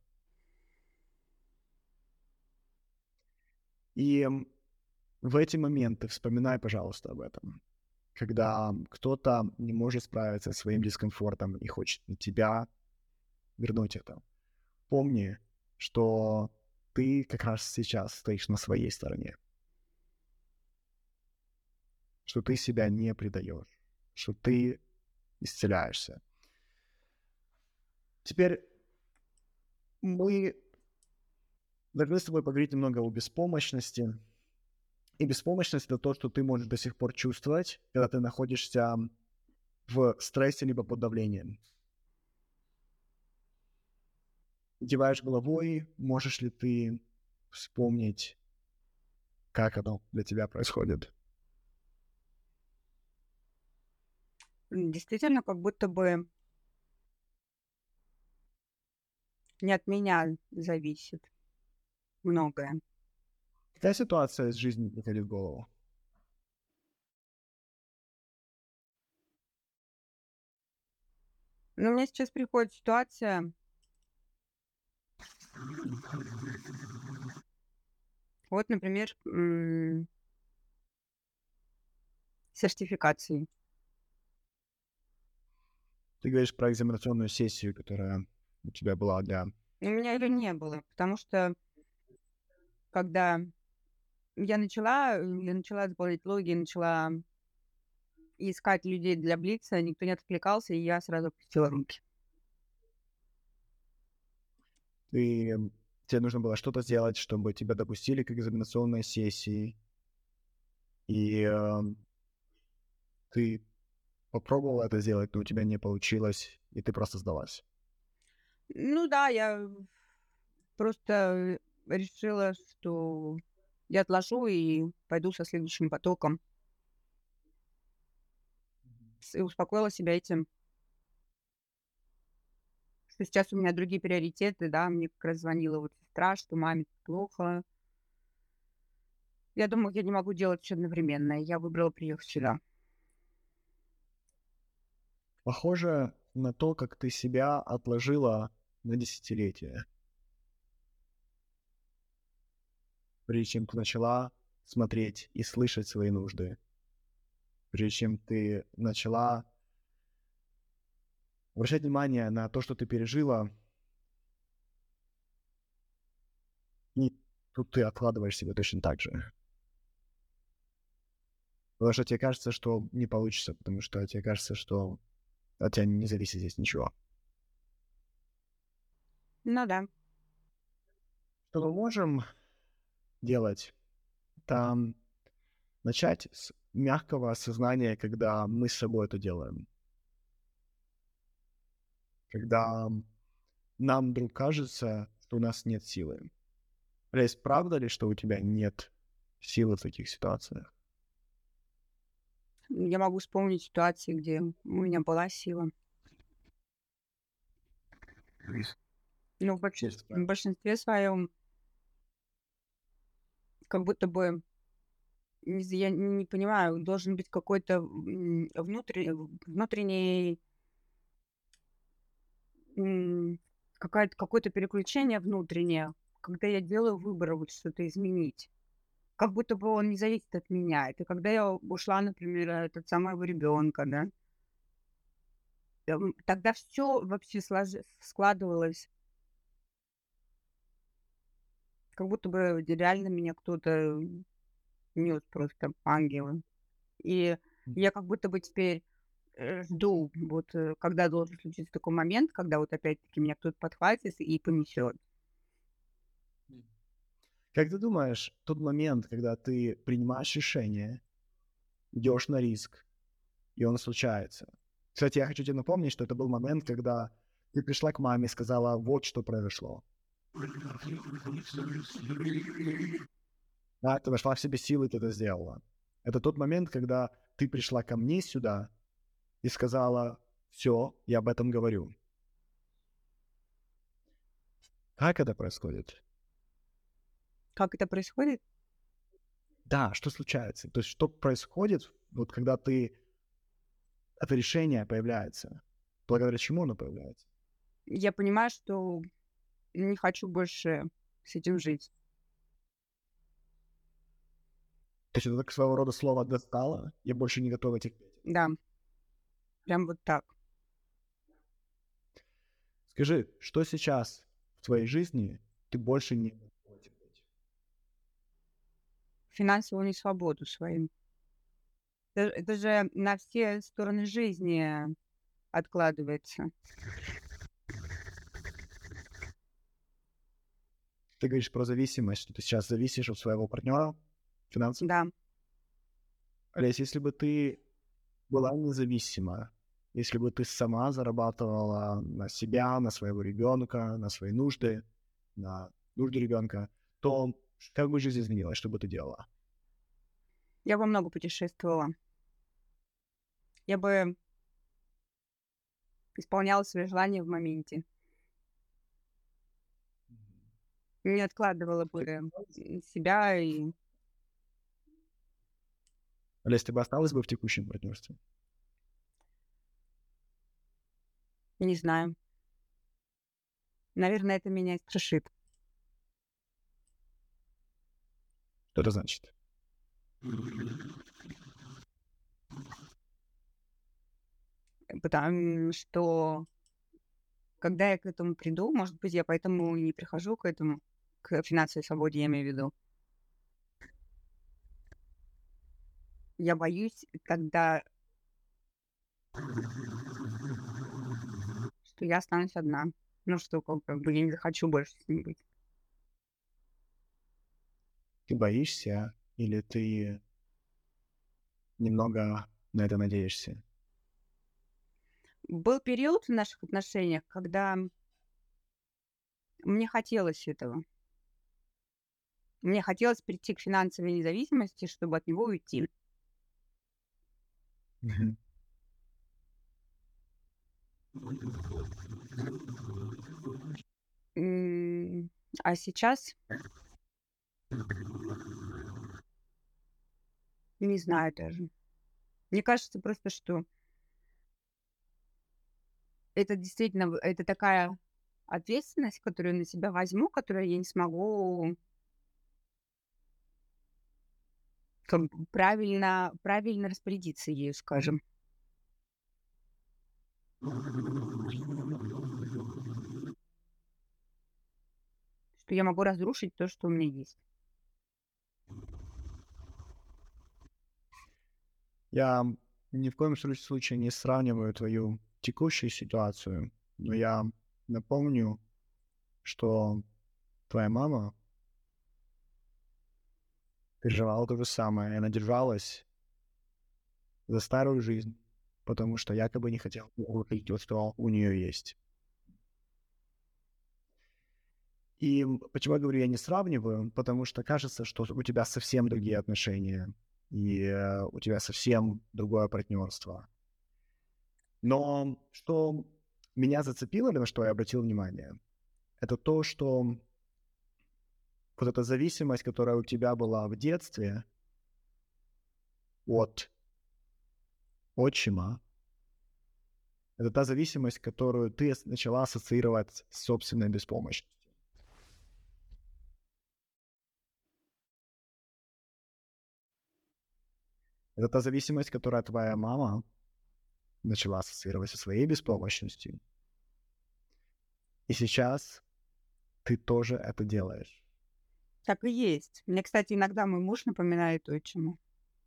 И в эти моменты вспоминай, пожалуйста, об этом. Когда кто-то не может справиться со своим дискомфортом и хочет на тебя вернуть это. Помни, что ты как раз сейчас стоишь на своей стороне, что ты себя не предаешь, что ты исцеляешься. Теперь мы должны с тобой поговорить немного о беспомощности. И беспомощность — это то, что ты можешь до сих пор чувствовать, когда ты находишься в стрессе либо под давлением. Киваешь головой, можешь ли ты вспомнить, как оно для тебя происходит? М, Действительно, как будто бы не от меня зависит многое. Какая ситуация из жизни приходит в голову? Но у меня сейчас приходит ситуация, вот, например, м, сертификации. Ты говоришь про экзаменационную сессию, которая у тебя была для... У меня ее не было, потому что когда я начала, э, я начала заполнять логи, начала искать людей для Блица, никто не откликался, и я сразу опустила руки. Ты, м, тебе нужно было что-то сделать, чтобы тебя допустили к экзаменационной сессии, и эм, ты попробовала это сделать, но у тебя не получилось, и ты просто сдалась. Ну да, я просто решила, что я отложу и пойду со следующим потоком. С- И успокоила себя этим, что сейчас у меня другие приоритеты, да, мне как раз звонила вот сестра, что маме плохо. Я думаю, я не могу делать все одновременно, и я выбрала приехать сюда. Похоже на то, как ты себя отложила на десятилетие, прежде чем ты начала смотреть и слышать свои нужды, прежде чем ты начала обращать внимание на то, что ты пережила, и тут ты откладываешь себя точно так же. Потому что тебе кажется, что не получится, потому что тебе кажется, что от тебя не зависит здесь ничего. Ну да. Что мы можем делать? Это начать с мягкого осознания, когда мы с собой это делаем. Когда нам вдруг кажется, что у нас нет силы. Лесь, правда ли, что у тебя нет силы в таких ситуациях? Я могу вспомнить ситуации, где у меня была сила. Но в большинстве, Есть, да. в большинстве своем как будто бы, не з я не понимаю, должен быть какой-то, м, внутри внутренний, м, какая-то какое-то переключение внутреннее, когда я делаю выбор вот что-то изменить. Как будто бы он не зависит от меня. Это когда я ушла, например, от отца моего ребенка, да. Эм, тогда все вообще сложи складывалось, как будто бы реально меня кто-то нес просто ангелы. И я как будто бы теперь, э, жду, вот, э, когда должен случиться такой момент, когда вот опять-таки меня кто-то подхватит и понесет. Как ты думаешь, тот момент, когда ты принимаешь решение, идешь на риск, и он случается. Кстати, я хочу тебе напомнить, что это был момент, когда ты пришла к маме и сказала, вот что произошло. Да, ты нашла в себе силы, ты это сделала. Это тот момент, когда ты пришла ко мне сюда и сказала, все, я об этом говорю. Как это происходит? Как это происходит? Да, что случается? То есть что происходит, вот когда ты... Это решение появляется? Благодаря чему оно появляется? Я понимаю, что не хочу больше с этим жить. То есть это так своего рода слово «достало», я больше не готова терпеть. Да, прям вот так. Скажи, что сейчас в твоей жизни ты больше не готова терпеть? Финансовую несвободу свою. Это это же на все стороны жизни откладывается. Ты говоришь про зависимость, что ты сейчас зависишь от своего партнера финансово. Да, Олесь, если бы ты была независима, если бы ты сама зарабатывала на себя, на своего ребенка, на свои нужды, на нужды ребенка, то как бы жизнь изменилась, что бы ты делала? я бы много путешествовала. Я бы исполняла свои желания в моменте. Не откладывала бы, Ты- м, себя и Олесь, ты бы осталась бы в текущем партнерстве? не знаю. Наверное, это меня и страшит. Что это значит? Потому что когда я к этому приду, может быть, я поэтому и не прихожу к этому, к финансовой свободе, я имею в виду. Я боюсь, когда что я останусь одна. Ну, что как бы я не захочу больше с ним быть. Ты боишься или ты немного на это надеешься? Был период в наших отношениях, когда мне хотелось этого. Мне хотелось прийти к финансовой независимости, чтобы от него уйти. Мгм. М, а сейчас не знаю даже. Мне кажется просто, что это действительно в это такая ответственность, которую я на себя возьму, которую я не смогу как бы правильно правильно распорядиться ею, скажем. Что я могу разрушить то, что у меня есть. Я ни в коем слу- случае не сравниваю твою текущую ситуацию, но я напомню, что твоя мама переживала то же самое, и она держалась за старую жизнь, потому что якобы не хотела купить то, что у нее есть. И м, почему я говорю, я не сравниваю, потому что кажется, что у тебя совсем другие отношения, и э, у тебя совсем другое партнерство. Но что меня зацепило, или на что я обратил внимание, это то, что вот эта зависимость, которая у тебя была в детстве от отчима, это та зависимость, которую ты с- начала ассоциировать с собственной беспомощностью. Это та зависимость, которую твоя мама начала ассоциировать со своей беспомощностью. И сейчас ты тоже это делаешь. Так и есть. Мне, кстати, иногда мой муж напоминает отчиму.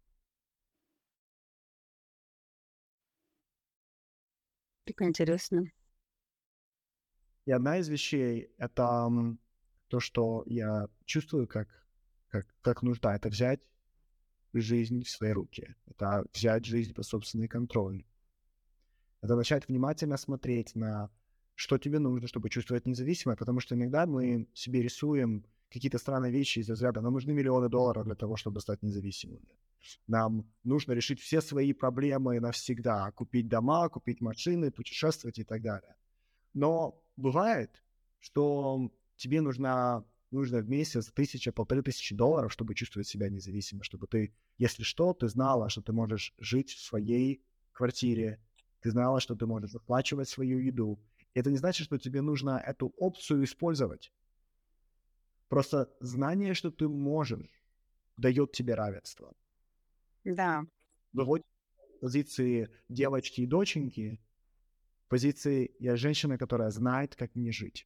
Так интересно. И одна из вещей — это м, то, что я чувствую как, как, как нужда. Это взять жизнь в свои руки. Это взять жизнь под собственный контроль. Это начать внимательно смотреть на что тебе нужно, чтобы чувствовать независимость, потому что иногда мы себе рисуем какие-то странные вещи из разряда «нам нужны миллионы долларов для того, чтобы стать независимыми». Нам нужно решить все свои проблемы навсегда, купить дома, купить машины, путешествовать и так далее. Но бывает, что тебе нужна, нужно в месяц тысяча, полторы тысячи долларов, чтобы чувствовать себя независимо, чтобы ты, если что, ты знала, что ты можешь жить в своей квартире, ты знала, что ты можешь оплачивать свою еду. И это не значит, что тебе нужно эту опцию использовать. Просто знание, что ты можешь, дает тебе равенство. Да, Выводит с позиции девочки и доченьки, в позиции я женщина, которая знает, как мне жить.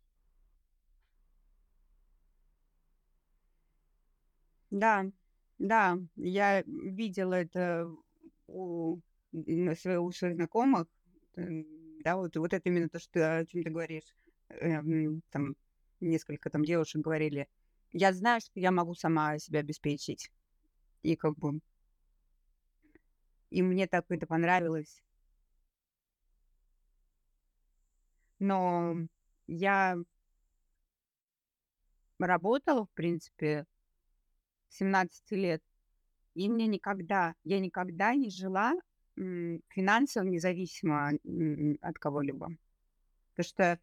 да, да, я видела это у, м, своих, у своих знакомых. М, Да, вот, вот это именно то, что, ты- о чем ты говоришь. Эм, там несколько там девушек говорили. Я знаю, что я могу сама себя обеспечить. И как бы, и мне так это понравилось. Но я работала, в принципе, с семнадцати лет, и мне никогда, я никогда не жила м, финансово независимо м, от кого-либо. Потому что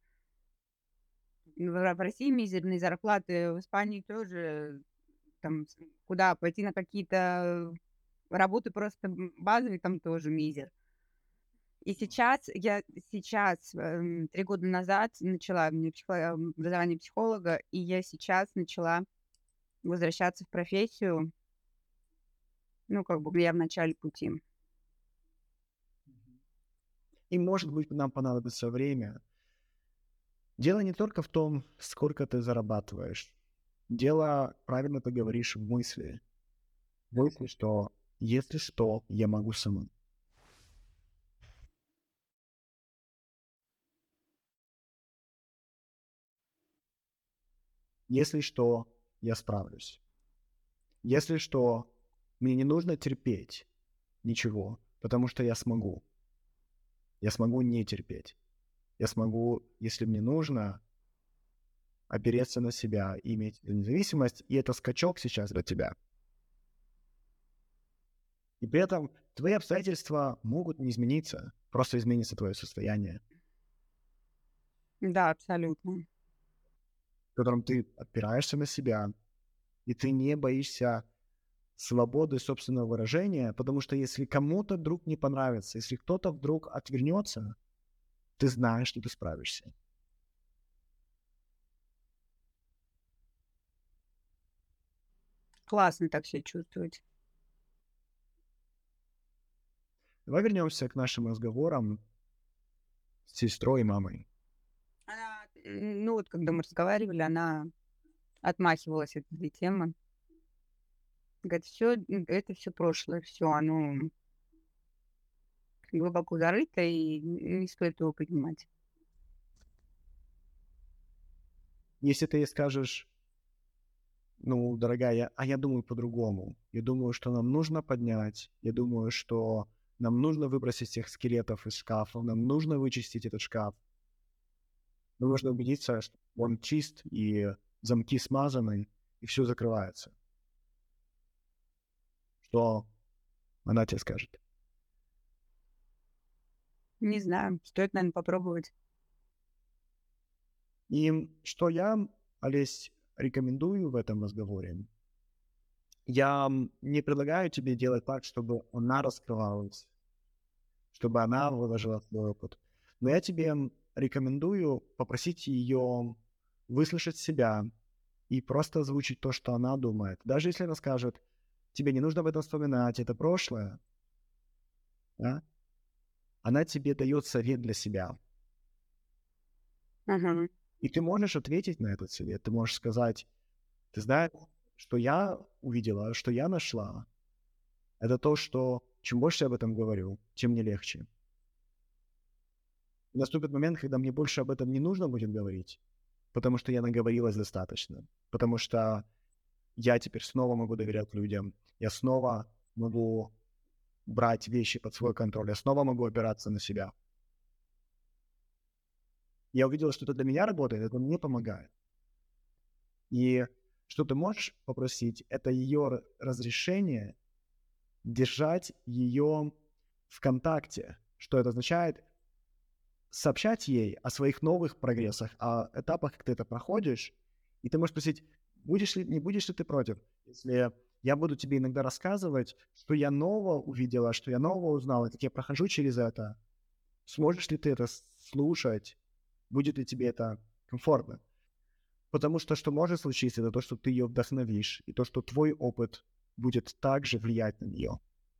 в в России мизерные зарплаты, в Испании тоже, там, с- куда пойти на какие-то работы просто м, базовые, там тоже мизер. И сейчас, я сейчас, эм, три года назад начала мне психо- образование психолога, и я сейчас начала возвращаться в профессию, ну, как бы я в начале пути. И, может быть, нам понадобится время, Дело не только в том, сколько ты зарабатываешь. Дело, правильно ты говоришь, в мысли. В мысли, что если что, я могу сама. Если что, я справлюсь. Если что, мне не нужно терпеть ничего, потому что я смогу. Я смогу не терпеть. Я смогу, если мне нужно, опереться на себя и иметь эту независимость, и это скачок сейчас для тебя. И при этом твои обстоятельства могут не измениться, просто изменится твое состояние, Да, абсолютно. в котором ты опираешься на себя, и ты не боишься свободы собственного выражения, потому что если кому-то вдруг не понравится, если кто-то вдруг отвернется, ты знаешь, что ты справишься. Классно так себя чувствовать. Давай вернемся к нашим разговорам с сестрой и мамой. Она, м, ну вот когда мы разговаривали, она отмахивалась от этой темы. Говорит, все, это все прошлое, все, оно глубоко зарыто, и не стоит его поднимать. Если ты ей скажешь, ну, дорогая, а я думаю по-другому. Я думаю, что нам нужно поднять. Я думаю, что нам нужно выбросить всех скелетов из шкафа. Нам нужно вычистить этот шкаф. Нам нужно убедиться, что он чист и замки смазаны, и все закрывается. Что она тебе скажет? Не знаю, стоит, наверное, попробовать. И что я, Олесь, рекомендую в этом разговоре? Я не предлагаю тебе делать так, чтобы она раскрывалась, чтобы она выложила свой опыт. Но я тебе рекомендую попросить ее выслушать себя и просто озвучить то, что она думает. Даже если она скажет, тебе не нужно об этом вспоминать, это прошлое, да? Она тебе дает совет для себя. Мгм. И ты можешь ответить на этот совет. Ты можешь сказать, ты знаешь, что я увидела, что я нашла, это то, что чем больше я об этом говорю, тем мне легче. И наступит момент, когда мне больше об этом не нужно будет говорить, потому что я наговорилась достаточно, потому что я теперь снова могу доверять людям, я снова могу брать вещи под свой контроль, я снова могу опираться на себя. Я увидел, что это для меня работает, это мне помогает. И что ты можешь попросить, это ее разрешение держать ее в контакте. Что это означает? Сообщать ей о своих новых прогрессах, о этапах, как ты это проходишь. И ты можешь спросить, будешь ли, не будешь ли ты против, если я буду тебе иногда рассказывать, что я нового увидела, что я нового узнала, как я прохожу через это. Сможешь ли ты это слушать? Будет ли тебе это комфортно? Потому что что может случиться, это то, что ты ее вдохновишь, и то, что твой опыт будет также влиять на нее.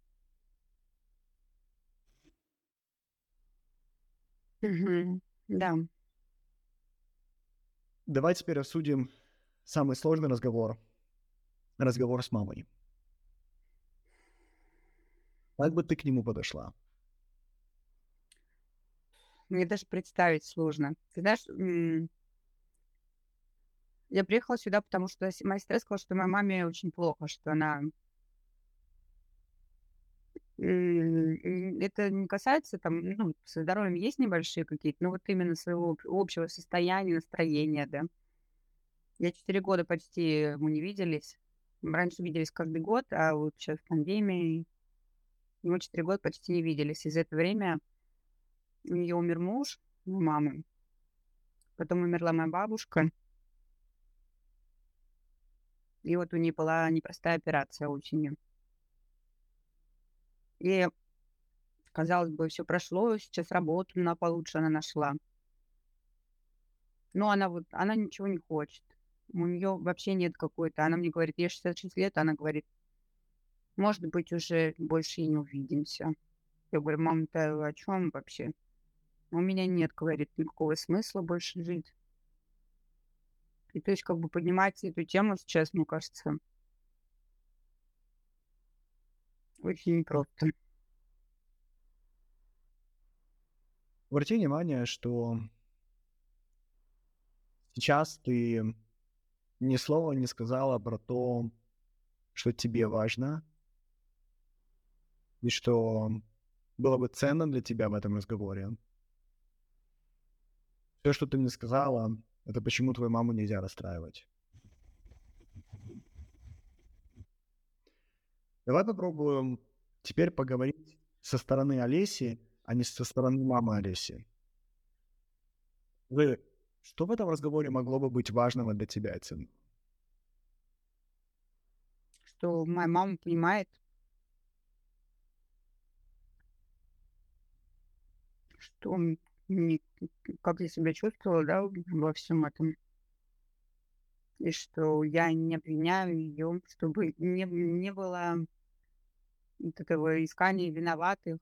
Мгм. Да. Давай теперь обсудим самый сложный разговор. Разговор с мамой. Как бы ты к нему подошла? Мне даже представить сложно. Ты знаешь, м, я приехала сюда, потому что с моя сестра сказала, что моей маме очень плохо, что она м, м, это не касается там, ну, со здоровьем есть небольшие какие-то, но вот именно своего об общего состояния, настроения, да. Я четыре года почти мы не виделись. Мы раньше виделись каждый год, а вот щас пандемия, и мы четыре года почти не виделись. И за это время у неё умер муж, у мамы, потом умерла моя бабушка. И вот у нее была непростая операция очень. И, казалось бы, все прошло, сейчас работу на получше она нашла. Но она вот, она ничего не хочет. У нее вообще нет какой-то. Она мне говорит, ей шестьдесят шесть лет, она говорит, может быть, уже больше и не увидимся. Я говорю, мам, ты о чем вообще? У меня нет, говорит, никакого смысла больше жить. И то есть как бы поднимать эту тему сейчас, мне кажется, очень непросто. Обрати внимание, что сейчас ты ни слова не сказала про то, что тебе важно, и что было бы ценно для тебя в этом разговоре. Все, что ты мне сказала, это почему твою маму нельзя расстраивать. Давай попробуем теперь поговорить со стороны Олеси, а не со стороны мамы Олеси. Вы, что в этом разговоре могло бы быть важного для тебя, ценного? Что моя мама понимает, что м, не- как я себя чувствовала, да, во всем этом. И что я не обвиняю ее, чтобы не, не было вот этого искания виноватых.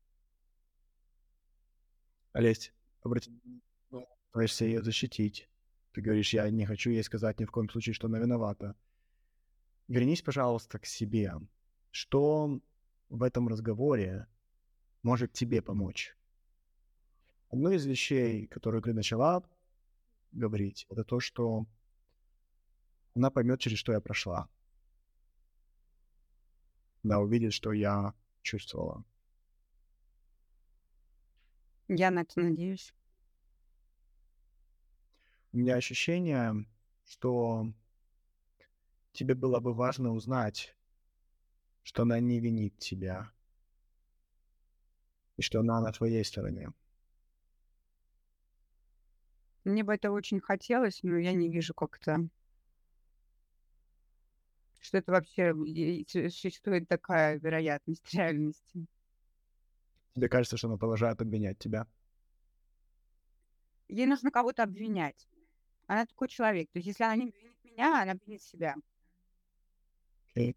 Олесь, обрати внимание, пытаешься ее защитить. Ты говоришь, я не хочу ей сказать ни в коем случае, что она виновата. Вернись, пожалуйста, к себе. Что в этом разговоре может тебе помочь? Одну из вещей, которую ты начала говорить, это то, что она поймет, через что я прошла. Она увидит, что я чувствовала. Я на это надеюсь. У меня ощущение, что тебе было бы важно узнать, что она не винит тебя, и что она на твоей стороне. Мне бы это очень хотелось, но я не вижу как-то, что это вообще и- и существует такая вероятность реальности. Тебе кажется, что она продолжает обвинять тебя. Ей нужно кого-то обвинять. Она такой человек. То есть если она не обвинит меня, она обвинит себя. Окей?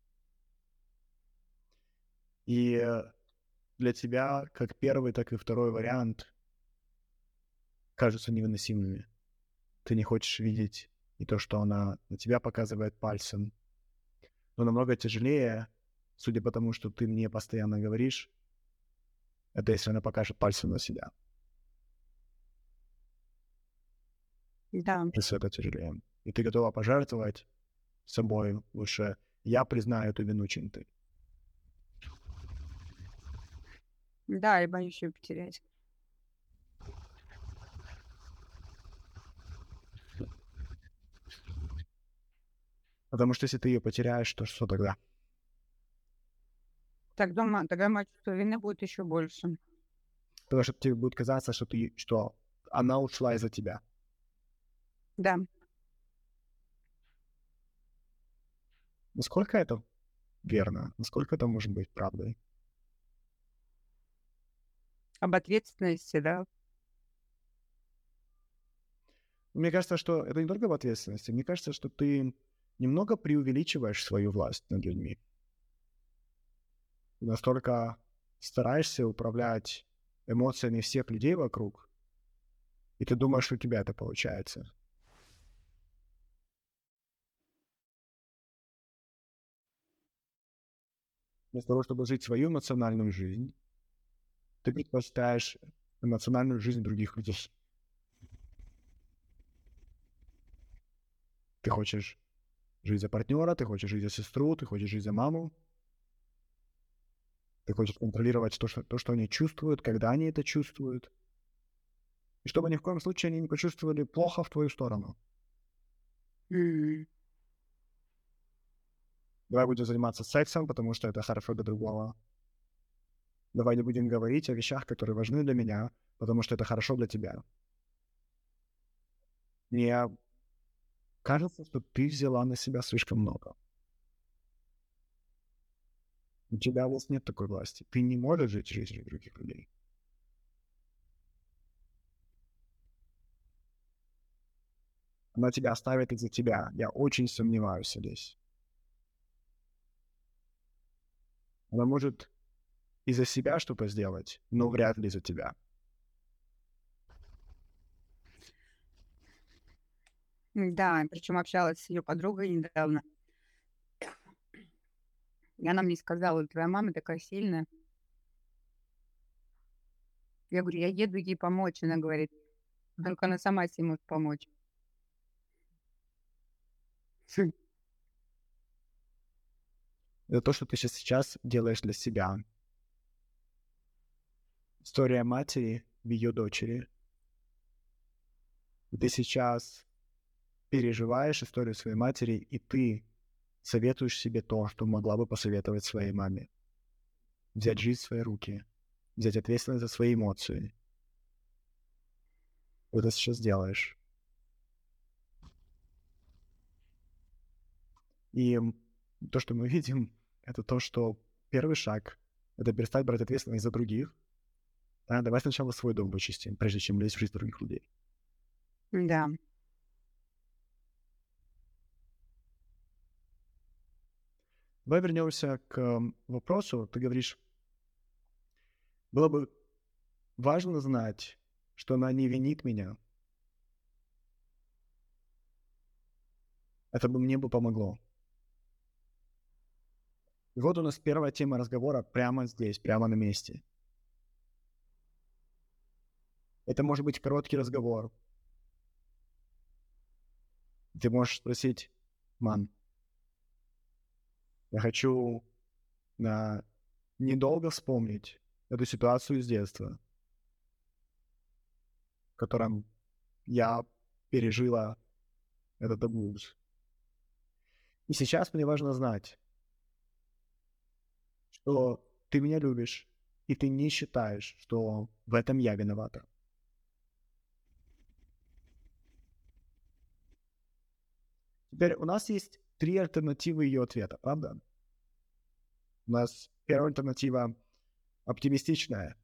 И э, для тебя как первый, так и второй вариант кажутся невыносимыми. Ты не хочешь видеть и то, что она на тебя показывает пальцем. Но намного тяжелее, судя по тому, что ты мне постоянно говоришь, это если она покажет пальцем на себя. Да, Если это тяжелее. И ты готова пожертвовать собой лучше. Я признаю эту вину, чем ты. да, я боюсь ее потерять. Потому что если ты ее потеряешь, то что тогда? Так дома, тогда мое чувство вины будет еще больше. Потому что тебе будет казаться, что, ты, что она ушла из-за тебя. Да, Насколько это верно? Насколько это может быть правдой? об ответственности, да. Мне кажется, что это не только в ответственности. Мне кажется, что ты немного преувеличиваешь свою власть над людьми. Ты настолько стараешься управлять эмоциями всех людей вокруг, и ты думаешь, что у тебя это получается. Вместо того, чтобы жить свою эмоциональную жизнь, ты предпочитаешь эмоциональную жизнь других людей. Ты хочешь жить за партнера, ты хочешь жить за сестру, ты хочешь жить за маму. Ты хочешь контролировать то, что, то, что они чувствуют, когда они это чувствуют. И чтобы ни в коем случае они не почувствовали плохо в твою сторону. М. Давай будем заниматься сексом, потому что это хорошо для другого. Давай не будем говорить о вещах, которые важны для меня, потому что это хорошо для тебя. Мне кажется, что ты взяла на себя слишком много. У тебя вот нет такой власти. Ты не можешь жить жизнью других людей. Она тебя оставит из-за тебя. Я очень сомневаюсь здесь. Она может из-за себя что-то сделать, но вряд ли из-за тебя. Да, причем общалась с ее подругой недавно. И она мне сказала: "Твоя мама такая сильная". Я говорю: "Я еду ей помочь". Она говорит: "Только она сама се может помочь". Хм. Это то, что ты щас сейчас делаешь для себя. История матери в ее дочери. И ты сейчас переживаешь историю своей матери, и ты советуешь себе то, что могла бы посоветовать своей маме. Взять жизнь в свои руки, взять ответственность за свои эмоции. Ты это сейчас делаешь. И, м, то, что мы видим, это то, что первый шаг — это перестать брать ответственность за других. А, давай сначала свой дом вычистим, прежде чем лезть в жизнь других людей. Да. Давай вернемся к, м, вопросу. Ты говоришь было бы важно знать, что она не винит меня. Это бы мне бы помогло. И вот у нас первая тема разговора прямо здесь, прямо на месте. Это может быть короткий разговор. Ты можешь спросить: "Мам" "я хочу, а, недолго вспомнить эту ситуацию из детства" "в котором я пережила этот абьюз. И сейчас мне важно знать" "что ты меня любишь, и ты не считаешь, что в этом я виновата". Теперь у нас есть три альтернативы ее ответа, правда? У нас первая альтернатива оптимистичная.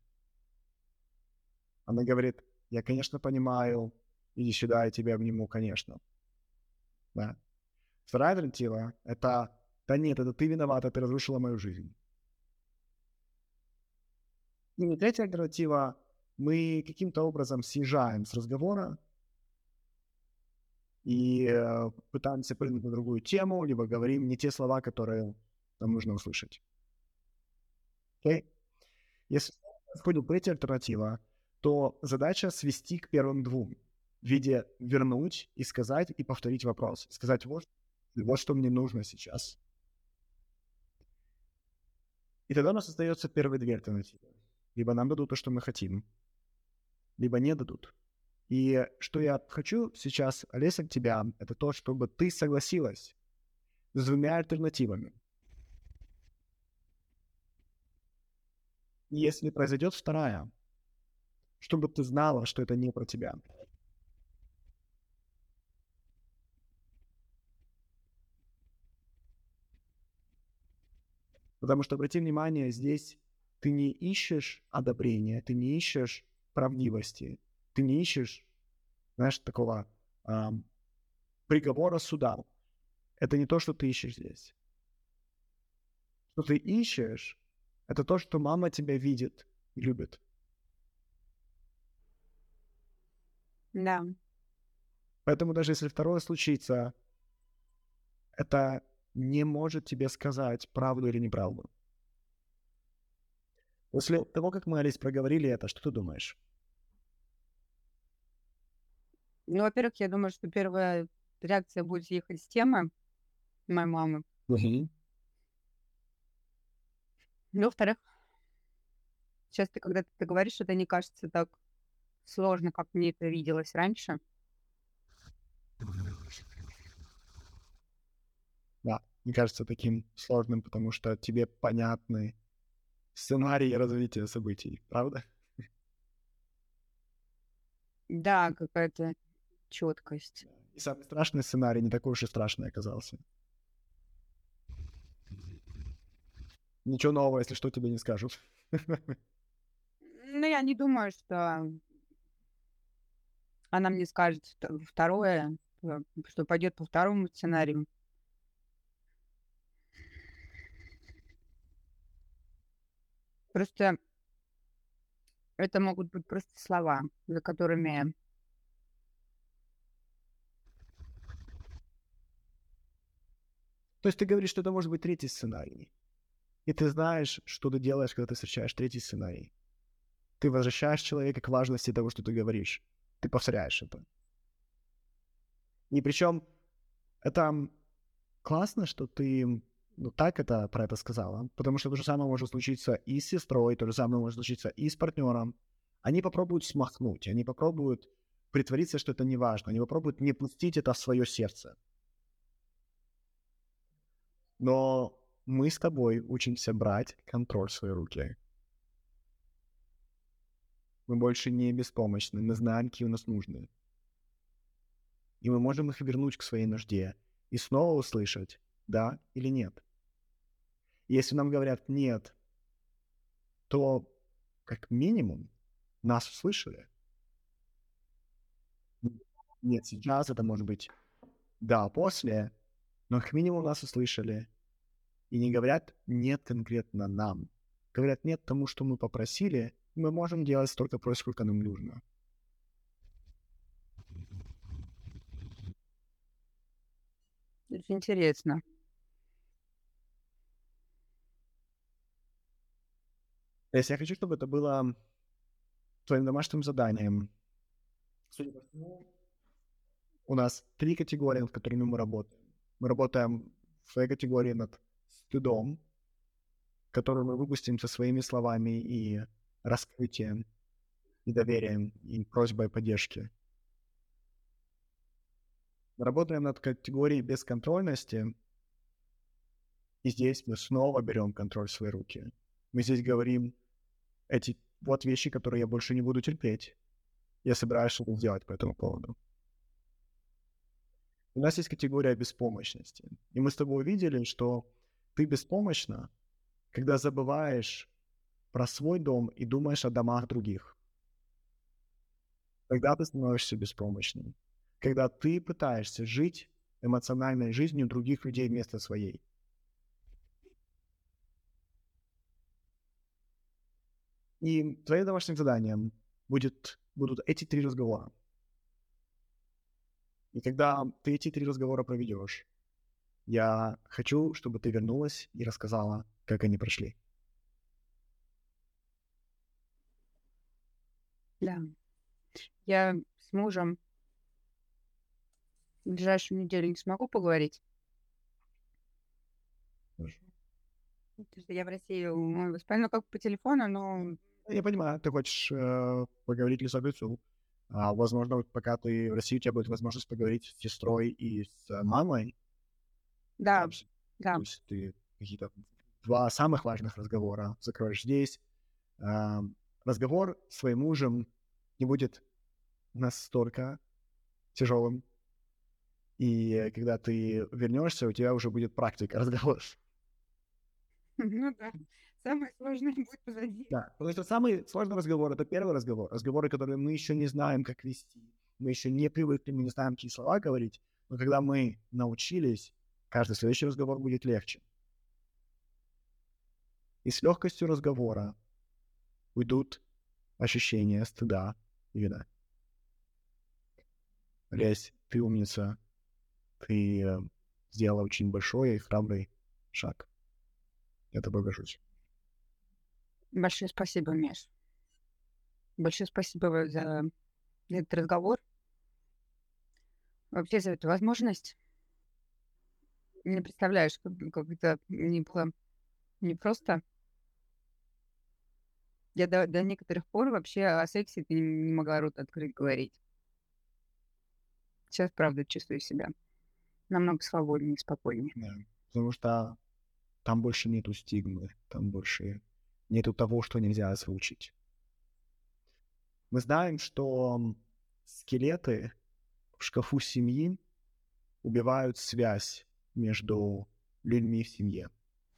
Она говорит: "Я, конечно, понимаю. Иди сюда, я тебя обниму, конечно". Да. Вторая альтернатива — это: "Да нет, это ты виновата, ты разрушила мою жизнь". И третья альтернатива: мы каким-то образом съезжаем с разговора и, э, пытаемся прыгнуть на другую тему, либо говорим не те слова, которые нам нужно услышать. Окей? Если входит третья альтернатива, то задача свести к первым двум в виде вернуть и сказать, и повторить вопрос. Сказать: "Вот вот что мне нужно сейчас". И тогда у нас остается первые две альтернативы. Либо нам дадут то, что мы хотим либо не дадут. И что я хочу сейчас, Олеся, от тебя, это то, чтобы ты согласилась с двумя альтернативами. Если произойдет вторая, чтобы ты знала, что это не про тебя. Потому что, обрати внимание, здесь ты не ищешь одобрения, ты не ищешь правдивости, ты не ищешь, знаешь, такого, ам, приговора суда. Это не то, что ты ищешь здесь. Что ты ищешь — это то, что мама тебя видит и любит. Да. Поэтому даже если второе случится это не может тебе сказать, правду или неправду. После того, как мы, Олесь, проговорили это, что ты думаешь? Ну, во-первых, я думаю, что первая реакция будет съехать с темы моей мамы. Мгм. Ну, во-вторых щас ты, когда ты говоришь, это не кажется так сложно, как мне это виделось раньше. Да, не кажется таким сложным, потому что тебе понятны сценарии развития событий, правда? Да, какая-то чёткость. И самый страшный сценарий не такой уж и страшный оказался. Ничего нового, если что, тебе не скажут. Ну, я не думаю, что она мне скажет вто второе, э, что пойдёт по второму сценарию. Просто это могут быть просто слова, за которыми То есть ты говоришь, что это может быть третий сценарий. И ты знаешь, что ты делаешь, когда ты встречаешь третий сценарий. Ты возвращаешь человека к важности того, что ты говоришь. Ты повторяешь это. И причем это классно, что ты ну, так это, про это сказала, потому что то же самое может случиться и с сестрой, то же самое может случиться и с партнером. Они попробуют смахнуть, они попробуют притвориться, что это не важно, они попробуют не пустить это в свое сердце. Но мы с тобой учимся брать контроль в свои руки. Мы больше не беспомощны, мы знаем, какие у нас нужны. И мы можем их вернуть к своей нужде и снова услышать, да или нет. Если нам говорят «нет», то как минимум нас услышали. Нет, сейчас это может быть «да» после, но как минимум нас услышали. И не говорят «нет» конкретно нам. Говорят «нет» тому, что мы попросили, и мы можем делать столько просто, сколько нам нужно. Очень интересно. То есть я хочу, чтобы это было твоим домашним заданием. Судя по всему, у нас три категории, над которыми мы работаем. Мы работаем в своей категории над стыдом, который мы выпустим со своими словами и раскрытием, и доверием, и просьбой поддержки. Мы работаем над категорией бесконтрольности, и здесь мы снова берем контроль в свои руки. Мы здесь говорим, эти вот вещи, которые я больше не буду терпеть. Я собираюсь что-то сделать по этому поводу. У нас есть категория беспомощности. И мы с тобой увидели, что ты беспомощна, когда забываешь про свой дом и думаешь о домах других. Тогда ты становишься беспомощным. Когда ты пытаешься жить эмоциональной жизнью других людей вместо своей. И твоим домашним заданием будет, будут эти три разговора. И когда ты эти три разговора проведешь, я хочу, чтобы ты вернулась и рассказала, как они прошли. Да. Я с мужем в ближайшую неделю не смогу поговорить. Хорошо. Потому что я в России, он в Испании, ну, как по телефону, но Я понимаю, ты хочешь э, поговорить лицом к лицу. А, возможно, вот пока ты в России, у тебя будет возможность поговорить с сестрой и с э, мамой. да, Там, с- да. то есть ты какие-то два самых важных разговора закроешь здесь. А, разговор с своим мужем не будет настолько тяжелым. И э, когда ты вернешься, у тебя уже будет практика разговоров. Ну да. Самое сложное будет позади. Да, потому что самый сложный разговор — это первый разговор. Разговоры, которые мы еще не знаем, как вести. Мы еще не привыкли, мы не знаем, какие слова говорить. Но когда мы научились, каждый следующий разговор будет легче. И с легкостью разговора уйдут ощущения стыда и вины. Лесь, ты умница. Ты э, сделала очень большой и храбрый шаг. Я тобой горжусь. Большое спасибо, Миш. Большое спасибо за этот разговор. Вообще за эту возможность. Не представляешь, как, как это мне было непросто. Я до, до некоторых пор вообще о сексе не, не могла рот открыть говорить. Сейчас, правда, чувствую себя намного свободнее и спокойнее. Да. Потому что там больше нету стигмы, там больше нету того, что нельзя озвучить. Мы знаем, что скелеты в шкафу семьи убивают связь между людьми в семье.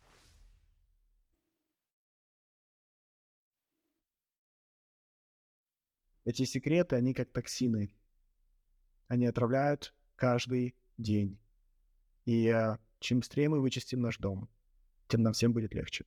Эти секреты, они как токсины. Они отравляют каждый день. И э, чем быстрее мы вычистим наш дом, тем нам всем будет легче.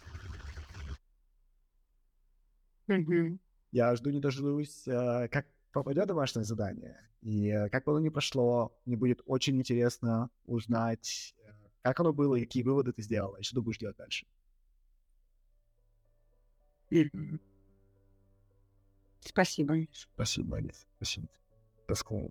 Мгм. Я жду не дождусь, э, как попадет домашнее задание, и э, как бы оно ни прошло, мне будет очень интересно узнать, э, как оно было и какие выводы ты сделала, и что ты будешь делать дальше. Мгм. Спасибо, Миш. Спасибо, Алис. Спасибо. That's cool.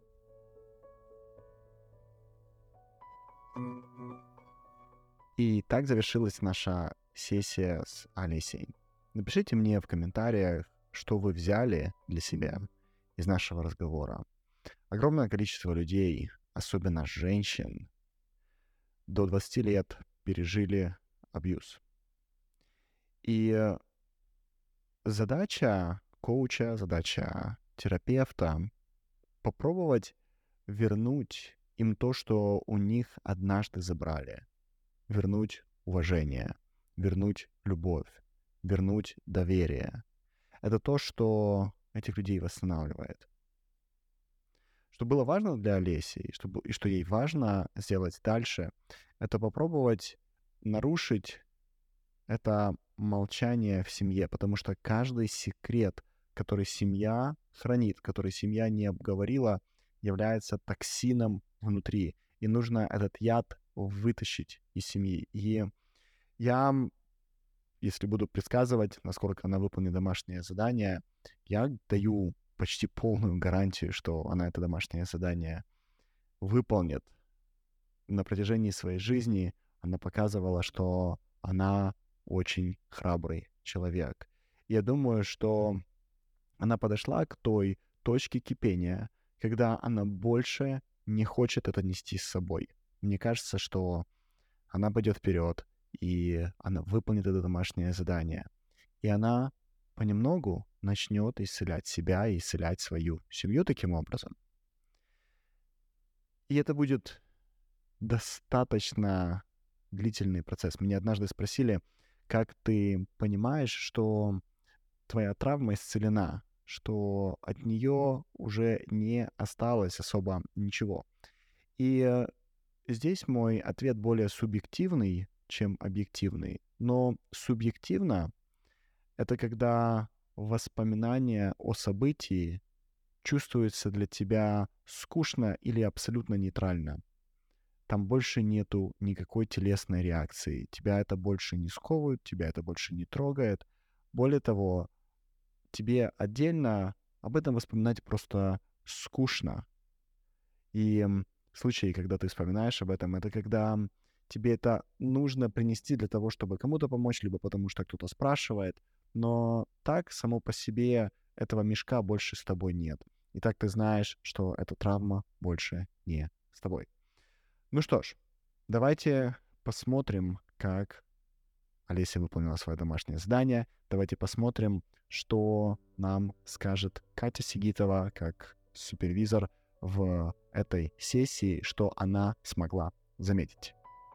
И так завершилась наша сессия с Алисей. Напишите мне в комментариях, что вы взяли для себя из нашего разговора. Огромное количество людей, особенно женщин, до двадцати лет пережили абьюз. И э, задача коуча, задача терапевта — попробовать вернуть им то, что у них однажды забрали. Вернуть уважение, вернуть любовь, вернуть доверие. Это то, что этих людей восстанавливает. Что было важно для Олеси, и что, бу- и что ей важно сделать дальше, это попробовать нарушить это молчание в семье, потому что каждый секрет, который семья хранит, который семья не обговорила, является токсином внутри. И нужно этот яд вытащить из семьи. И я, м, если буду предсказывать, насколько она выполнит домашнее задание, я даю почти полную гарантию, что она это домашнее задание выполнит. На протяжении своей жизни она показывала, что она очень храбрый человек. Я думаю, что она подошла к той точке кипения, когда она больше не хочет это нести с собой. Мне кажется, что она пойдет вперед, и она выполнит это домашнее задание. И она понемногу начнет исцелять себя и исцелять свою семью таким образом. И это будет достаточно длительный процесс. Меня однажды спросили, как ты понимаешь, что твоя травма исцелена, что от нее уже не осталось особо ничего. И э, здесь мой ответ более субъективный, чем объективный. Но субъективно — это когда воспоминание о событии чувствуется для тебя скучно или абсолютно нейтрально. Там больше нету никакой телесной реакции. Тебя это больше не сковывает, тебя это больше не трогает. Более того, тебе отдельно об этом вспоминать просто скучно. И м, случаи, когда ты вспоминаешь об этом, это когда м, тебе это нужно принести для того, чтобы кому-то помочь, либо потому что кто-то спрашивает. Но так, само по себе, этого мешка больше с тобой нет. И так ты знаешь, что эта травма больше не с тобой. Ну что ж, давайте посмотрим, как Олеся выполнила свое домашнее задание. Давайте посмотрим, что нам скажет Катя Сигитова как супервизор в этой сессии, что она смогла заметить.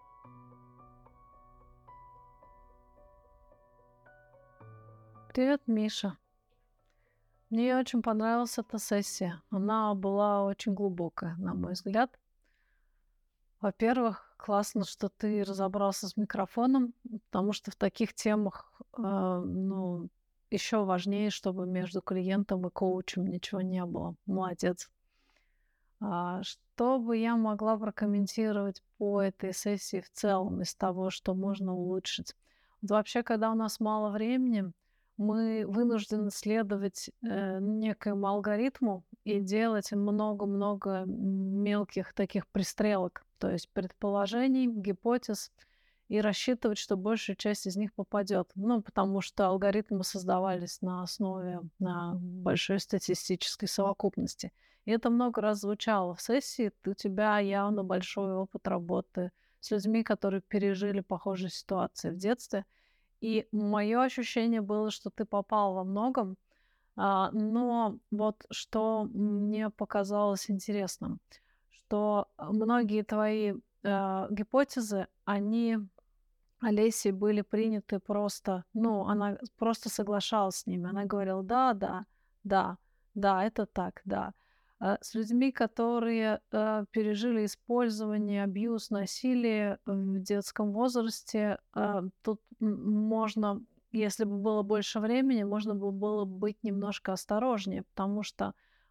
Привет, Миша. Мне очень понравилась эта сессия. Она была очень глубокая, на мой взгляд. Во-первых, классно, что ты разобрался с микрофоном, потому что в таких темах, э, ну, еще важнее, чтобы между клиентом и коучем ничего не было. Молодец. А, что бы я могла прокомментировать по этой сессии в целом из того, что можно улучшить? Вот вообще, когда у нас мало времени, мы вынуждены следовать э, некоему алгоритму и делать много-много мелких таких пристрелок, то есть предположений, гипотез, и рассчитывать, что большая часть из них попадет. Ну, потому что алгоритмы создавались на основе на большой статистической совокупности. И это много раз звучало в сессии. У тебя явно большой опыт работы с людьми, которые пережили похожие ситуации в детстве. И мое ощущение было, что ты попал во многом. А, но вот что мне показалось интересным, что многие твои э, гипотезы, они Олесей были приняты просто, ну, она просто соглашалась с ними. Она говорила: да, да, да, да, это так, да. А с людьми, которые э, пережили использование, абьюз, насилие в детском возрасте, э, тут м, можно, если бы было больше времени, можно бы было быть немножко осторожнее, потому что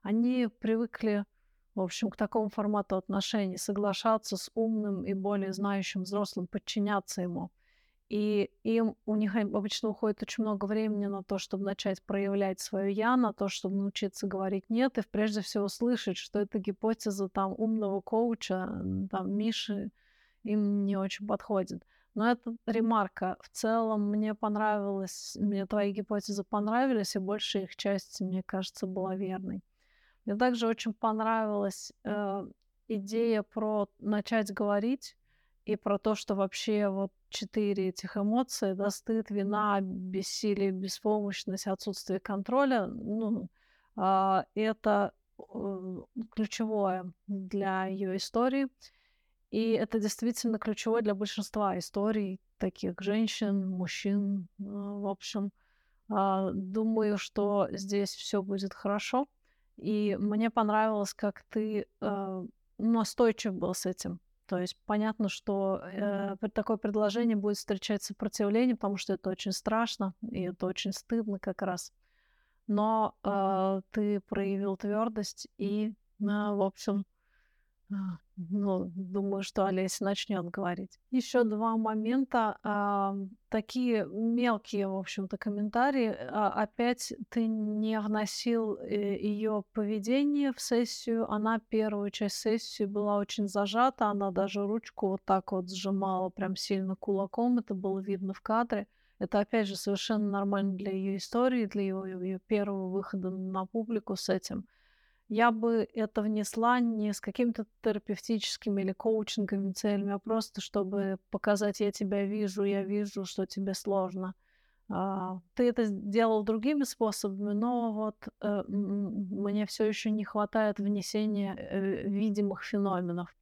они привыкли, в общем, к такому формату отношений, соглашаться с умным и более знающим взрослым, подчиняться ему. И им, у них обычно уходит очень много времени на то, чтобы начать проявлять свое «я», на то, чтобы научиться говорить «нет», и прежде всего слышать, что эта гипотеза там умного коуча, там, Миши, им не очень подходит. Но это ремарка. В целом мне понравилось, мне твои гипотезы понравились, и большая их часть, мне кажется, была верной. Мне также очень понравилась э, идея про начать говорить и про то, что вообще вот четыре этих эмоции, да, стыд, вина, бессилие, беспомощность, отсутствие контроля, ну, а, это э, ключевое для ее истории. И это действительно ключевое для большинства историй таких женщин, мужчин, э, в общем. А, думаю, что здесь все будет хорошо. И мне понравилось, как ты э, настойчив был с этим. То есть понятно, что э, пр- такое предложение будет встречать сопротивление, потому что это очень страшно, и это очень стыдно как раз. Но э, ты проявил твердость и, э, в общем, а, ну, думаю, что Олеся начнет говорить. Еще два момента. а, Такие мелкие, в общем-то, комментарии. А, Опять ты не вносил ее поведение в сессию. Она первую часть сессии была очень зажата. Она даже ручку вот так вот сжимала прям сильно кулаком. Это было видно в кадре. Это, опять же, совершенно нормально для ее истории, для ее, ее первого выхода на публику с этим. Я бы это внесла не с какими-то терапевтическими или коучинговыми целями, а просто чтобы показать: я тебя вижу, я вижу, что тебе сложно. А, ты это делал другими способами, но вот э, м, мне все еще не хватает внесения э, видимых феноменов.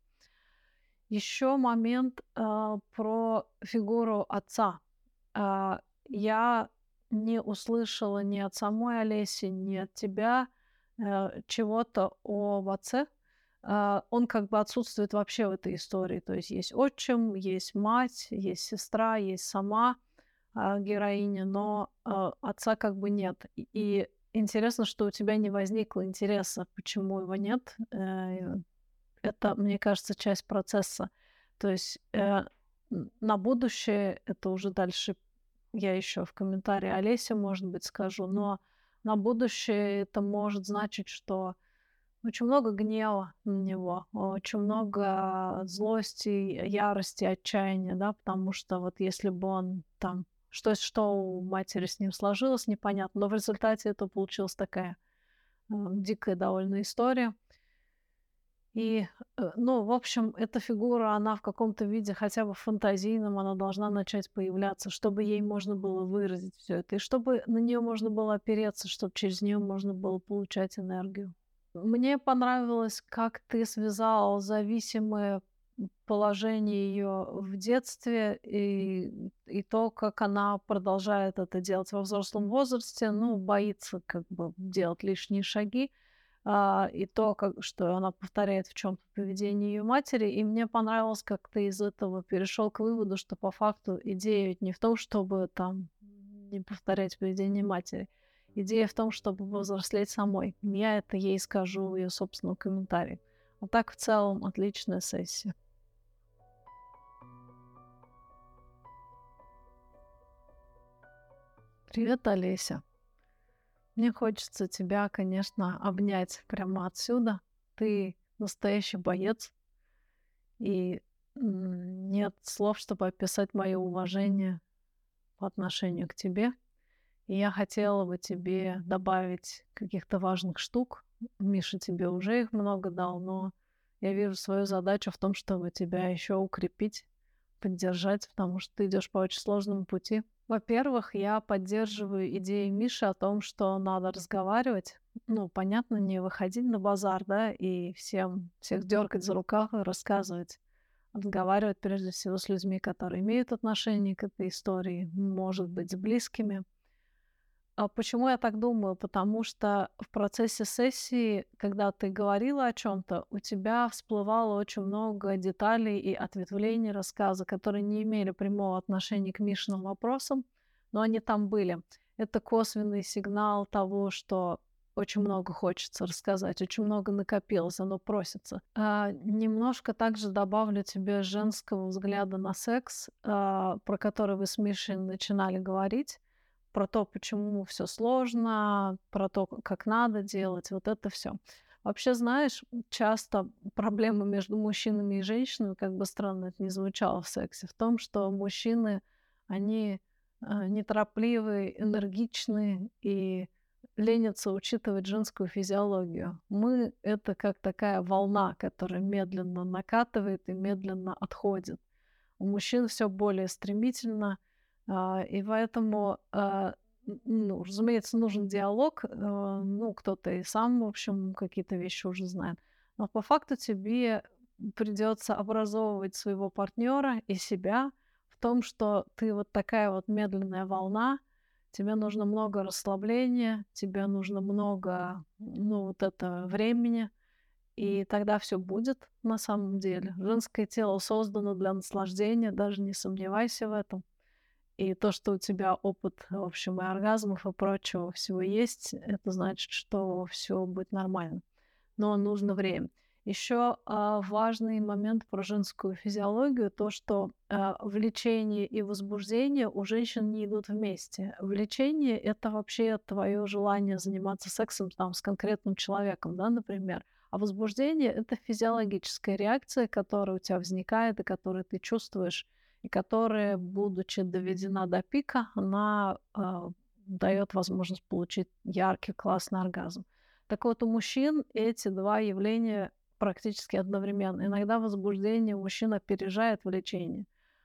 Еще момент а, про фигуру отца. А, я не услышала ни от самой Олеси, ни от тебя э, чего-то об отце. А, он как бы отсутствует вообще в этой истории. То есть есть отчим, есть мать, есть сестра, есть сама а, героиня, но а, отца как бы нет. И, и интересно, что у тебя не возникло интереса, почему его нет. Э, это, мне кажется, часть процесса. То есть э, н- на будущее это уже дальше я еще в комментарии Олесе, может быть, скажу, но на будущее это может значить, что очень много гнева на него, очень много злости, ярости, отчаяния, да, потому что вот если бы он там что, что у матери с ним сложилось, непонятно, но в результате это получилась такая э, дикая довольно история. И, э, ну, в общем, эта фигура, она в каком-то виде, хотя бы фантазийном, она должна начать появляться, чтобы ей можно было выразить все это, и чтобы на нее можно было опереться, чтобы через нее можно было получать энергию. Мне понравилось, как ты связал зависимое положение ее в детстве и, и то, как она продолжает это делать во взрослом возрасте, ну, боится как бы делать лишние шаги, а, и то, как, что она повторяет в чем-то поведение ее матери. И мне понравилось, как ты из этого перешел к выводу, что по факту идея ведь не в том, чтобы там не повторять поведение матери. Идея в том, чтобы повзрослеть самой. Я это ей скажу в ее собственном комментарии. А так, в целом, отличная сессия. Привет, Олеся. Мне хочется тебя, конечно, обнять прямо отсюда. Ты настоящий боец, и м, нет слов, чтобы описать мое уважение по отношению к тебе. И я хотела бы тебе добавить каких-то важных штук. Миша тебе уже их много дал, но я вижу свою задачу в том, чтобы тебя еще укрепить, поддержать, потому что ты идешь по очень сложному пути. Во-первых, я поддерживаю идеи Миши о том, что надо разговаривать. Ну, понятно, не выходить на базар, да, и всем всех дергать за рукав и рассказывать. Разговаривать прежде всего с людьми, которые имеют отношение к этой истории, может быть, с близкими. А почему я так думаю? Потому что в процессе сессии, когда ты говорила о чем-то, у тебя всплывало очень много деталей и ответвлений рассказа, которые не имели прямого отношения к Мишиным вопросам, но они там были. Это косвенный сигнал того, что очень много хочется рассказать, очень много накопилось, оно просится. А, немножко также добавлю тебе женского взгляда на секс, а, про который вы с Мишей начинали говорить, про то, почему все сложно, про то, как надо делать, вот это все. Вообще, знаешь, часто проблема между мужчинами и женщинами, как бы странно это ни звучало в сексе, в том, что мужчины, они а, неторопливые, энергичные и ленятся учитывать женскую физиологию. Мы — это как такая волна, которая медленно накатывает и медленно отходит. У мужчин все более стремительно, а, и поэтому, а, н- ну, разумеется, нужен диалог. а, Ну, кто-то и сам, в общем, какие-то вещи уже знает. Но по факту тебе придется образовывать своего партнера и себя в том, что ты вот такая вот медленная волна, тебе нужно много расслабления, тебе нужно много, ну, вот это времени, и тогда все будет на самом деле. Женское тело создано для наслаждения, даже не сомневайся в этом. И то, что у тебя опыт, в общем, и оргазмов, и прочего всего есть, это значит, что все будет нормально. Но нужно время. Еще а, важный момент про женскую физиологию, то, что а, влечение и возбуждение у женщин не идут вместе. Влечение — это вообще твое желание заниматься сексом там, с конкретным человеком, да, например. А возбуждение — это физиологическая реакция, которая у тебя возникает и которую ты чувствуешь, и которая, будучи доведена до пика, она а, дает возможность получить яркий, классный оргазм. Так вот, у мужчин эти два явления практически одновременно. Иногда возбуждение у мужчин опережает влечение,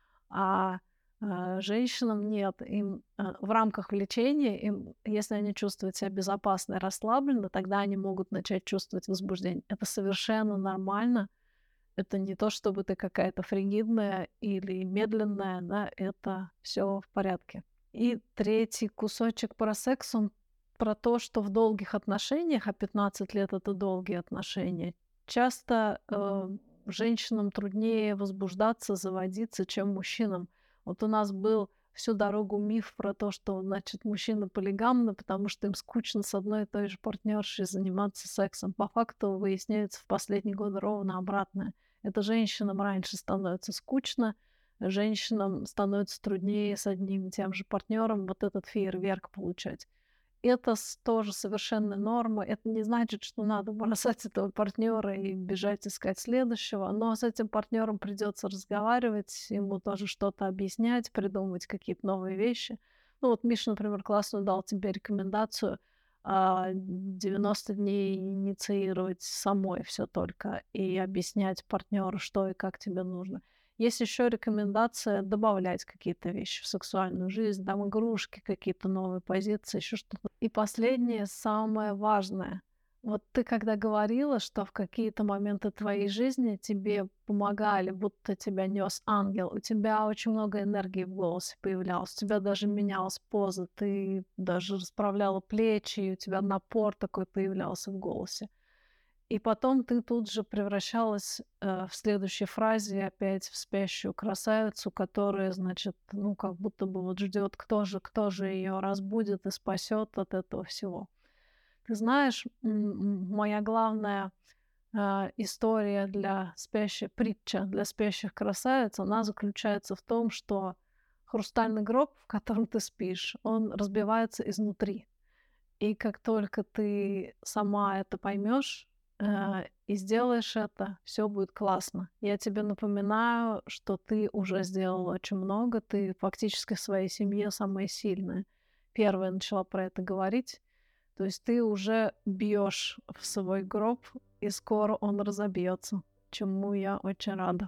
а а, женщинам нет. Им а, в рамках влечения, им, если они чувствуют себя безопасно и расслабленно, тогда они могут начать чувствовать возбуждение. Это совершенно нормально. Это не то, чтобы ты какая-то фригидная или медленная, да, это все в порядке. И третий кусочек про секс, он про то, что в долгих отношениях, а пятнадцать лет — это долгие отношения, часто э, женщинам труднее возбуждаться, заводиться, чем мужчинам. Вот у нас был всю дорогу миф про то, что, значит, мужчины полигамны, потому что им скучно с одной и той же партнершей заниматься сексом. По факту выясняется в последние годы ровно обратное. Это женщинам раньше становится скучно, женщинам становится труднее с одним и тем же партнером вот этот фейерверк получать. Это с- тоже совершенно норма. Это не значит, что надо бросать этого партнера и бежать искать следующего. Но с этим партнером придется разговаривать, ему тоже что-то объяснять, придумывать какие-то новые вещи. Ну вот Миша, например, классно дал тебе рекомендацию а, девяносто дней инициировать самой все только и объяснять партнеру, что и как тебе нужно. Есть еще рекомендация добавлять какие-то вещи в сексуальную жизнь, там игрушки, какие-то новые позиции, еще что-то. И последнее, самое важное. Вот ты когда говорила, что в какие-то моменты твоей жизни тебе помогали, будто тебя нес ангел, у тебя очень много энергии в голосе появлялось, у тебя даже менялась поза, ты даже расправляла плечи, и у тебя напор такой появлялся в голосе. И потом ты тут же превращалась э, в следующей фразе опять в спящую красавицу, которая, значит, ну, как будто бы вот ждет, кто же, кто же ее разбудит и спасет от этого всего. Ты знаешь, м, м, моя главная а, история для спящей, притча для спящих красавиц, она заключается в том, что хрустальный гроб, в котором ты спишь, он разбивается изнутри. И как только ты сама это поймешь э, и сделаешь это, все будет классно. Я тебе напоминаю, что ты уже сделала очень много, ты фактически в своей семье самая сильная. Первая начала про это говорить. То есть ты уже бьешь в свой гроб, и скоро он разобьется, чему я очень рада.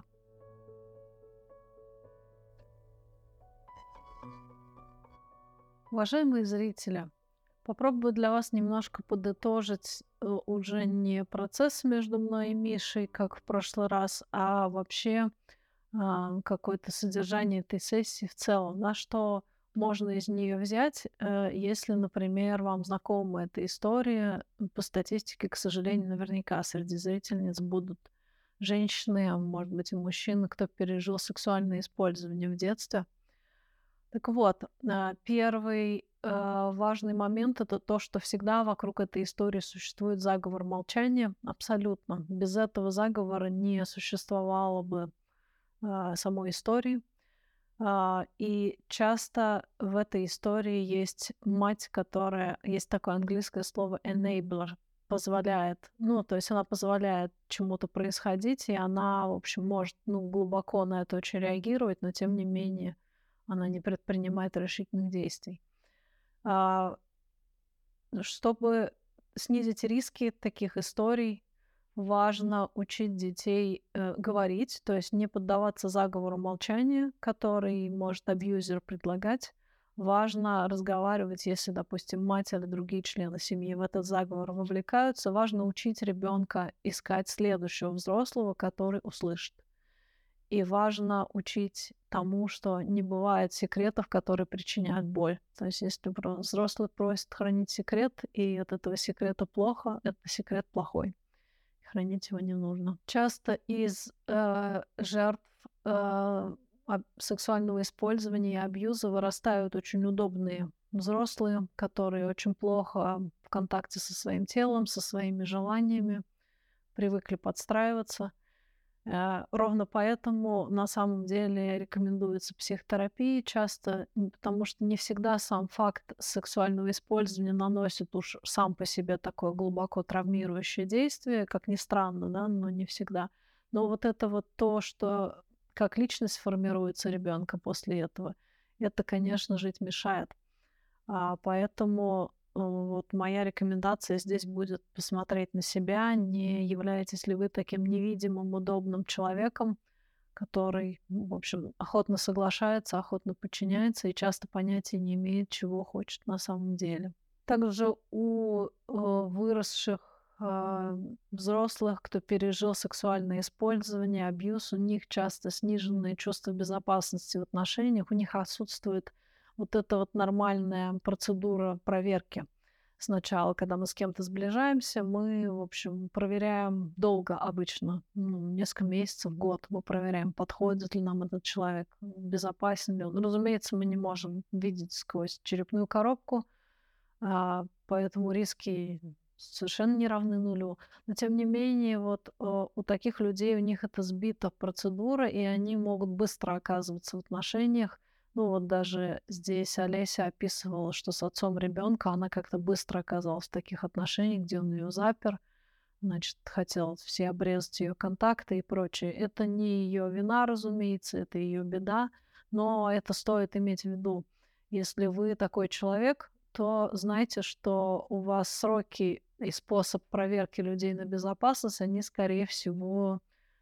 Уважаемые зрители, попробую для вас немножко подытожить э, уже не процесс между мной и Мишей, как в прошлый раз, а вообще а, какое-то содержание этой сессии в целом, да, что можно из нее взять, э, если, например, вам знакома эта история. По статистике, к сожалению, наверняка среди зрительниц будут женщины, а может быть и мужчины, кто пережил сексуальное использование в детстве. Так вот, а, первый э, важный момент — это то, что всегда вокруг этой истории существует заговор молчания. Абсолютно. Без этого заговора не существовало бы э, самой истории. А, и часто в этой истории есть мать, которая... Есть такое английское слово enabler, позволяет, ну, то есть она позволяет чему-то происходить, и она, в общем, может, ну, глубоко на это очень реагировать, но тем не менее она не предпринимает решительных действий. А, чтобы снизить риски таких историй, важно учить детей э, говорить, то есть не поддаваться заговору молчания, который может абьюзер предлагать. Важно разговаривать, если, допустим, мать или другие члены семьи в этот заговор вовлекаются. Важно учить ребенка искать следующего взрослого, который услышит. И важно учить тому, что не бывает секретов, которые причиняют боль. То есть если взрослый просит хранить секрет, и от этого секрета плохо, это секрет плохой. Хранить его не нужно. Часто из э, жертв э, сексуального использования и абьюза вырастают очень удобные взрослые, которые очень плохо в контакте со своим телом, со своими желаниями, привыкли подстраиваться. Э, ровно поэтому на самом деле рекомендуется психотерапия часто, потому что не всегда сам факт сексуального использования наносит уж сам по себе такое глубоко травмирующее действие, как ни странно, да, но не всегда. Но вот это вот то, что как личность формируется ребенка после этого, это, конечно, жить мешает. А, поэтому вот моя рекомендация здесь будет посмотреть на себя, не являетесь ли вы таким невидимым, удобным человеком, который, в общем, охотно соглашается, охотно подчиняется и часто понятия не имеет, чего хочет на самом деле. Также у э, выросших э, взрослых, кто пережил сексуальное использование, абьюз, у них часто сниженное чувство безопасности в отношениях, у них отсутствует вот эта вот нормальная процедура проверки. Сначала, когда мы с кем-то сближаемся, мы, в общем, проверяем долго обычно, ну, несколько месяцев, год мы проверяем, подходит ли нам этот человек, безопасен ли он. Разумеется, мы не можем видеть сквозь черепную коробку, а, поэтому риски совершенно не равны нулю. Но, тем не менее, вот о, у таких людей, у них это сбита процедура, и они могут быстро оказываться в отношениях. Ну вот даже здесь Олеся описывала, что с отцом ребенка она как-то быстро оказалась в таких отношениях, где он ее запер, значит, хотел все обрезать ее контакты и прочее. Это не ее вина, разумеется, это ее беда, но это стоит иметь в виду. Если вы такой человек, то знайте, что у вас сроки и способ проверки людей на безопасность, они, скорее всего,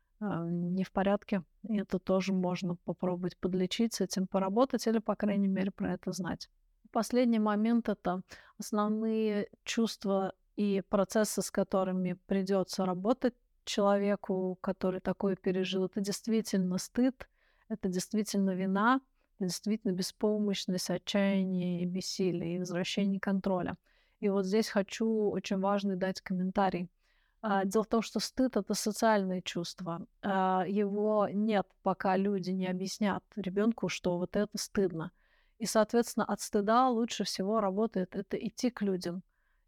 не в порядке. И это тоже можно попробовать подлечить, с этим поработать или, по крайней мере, про это знать. Последний момент — это основные чувства и процессы, с которыми придется работать человеку, который такое пережил. Это действительно стыд, это действительно вина, это действительно беспомощность, отчаяние и бессилие, и возвращение контроля. И вот здесь хочу очень важный дать комментарий. Дело в том, что стыд — это социальное чувство. Его нет, пока люди не объяснят ребенку, что вот это стыдно. И, соответственно, от стыда лучше всего работает это идти к людям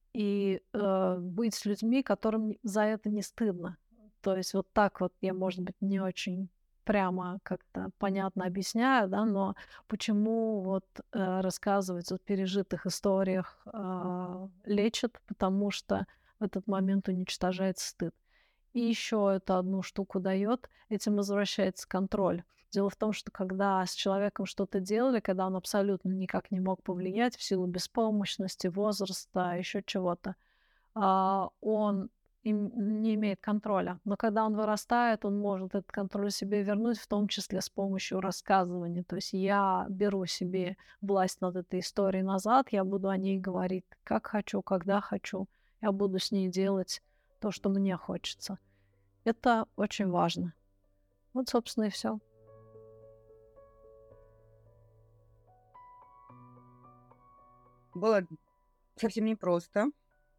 и э, быть с людьми, которым за это не стыдно. То есть вот так вот я, может быть, не очень прямо как-то понятно объясняю, да, но почему вот э, рассказывать о пережитых историях э, лечат, потому что в этот момент уничтожается стыд. И еще это одну штуку дает, этим возвращается контроль. Дело в том, что когда с человеком что-то делали, когда он абсолютно никак не мог повлиять в силу беспомощности, возраста, еще чего-то, он не имеет контроля. Но когда он вырастает, он может этот контроль себе вернуть, в том числе с помощью рассказывания. То есть я беру себе власть над этой историей назад, я буду о ней говорить как хочу, когда хочу. Я буду с ней делать то, что мне хочется. Это очень важно. Вот, собственно, и все. Было совсем непросто.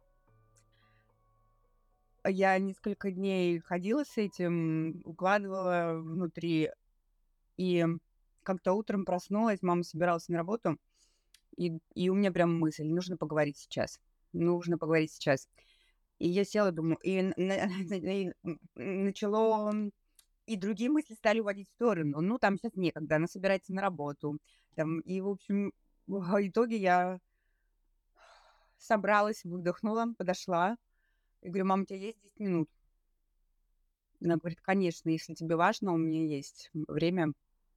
Я несколько дней ходила с этим, укладывала внутри. И как-то утром проснулась, мама собиралась на работу, И, и у меня прям мысль, нужно поговорить сейчас. Нужно поговорить сейчас. И я села, думаю, и, на- на- и начало... И другие мысли стали уводить в сторону. Ну, там сейчас некогда, она собирается на работу. Там, и, в общем, в итоге я собралась, выдохнула, подошла. И говорю, мам, у тебя есть десять минут? Она говорит, конечно, если тебе важно, у меня есть время.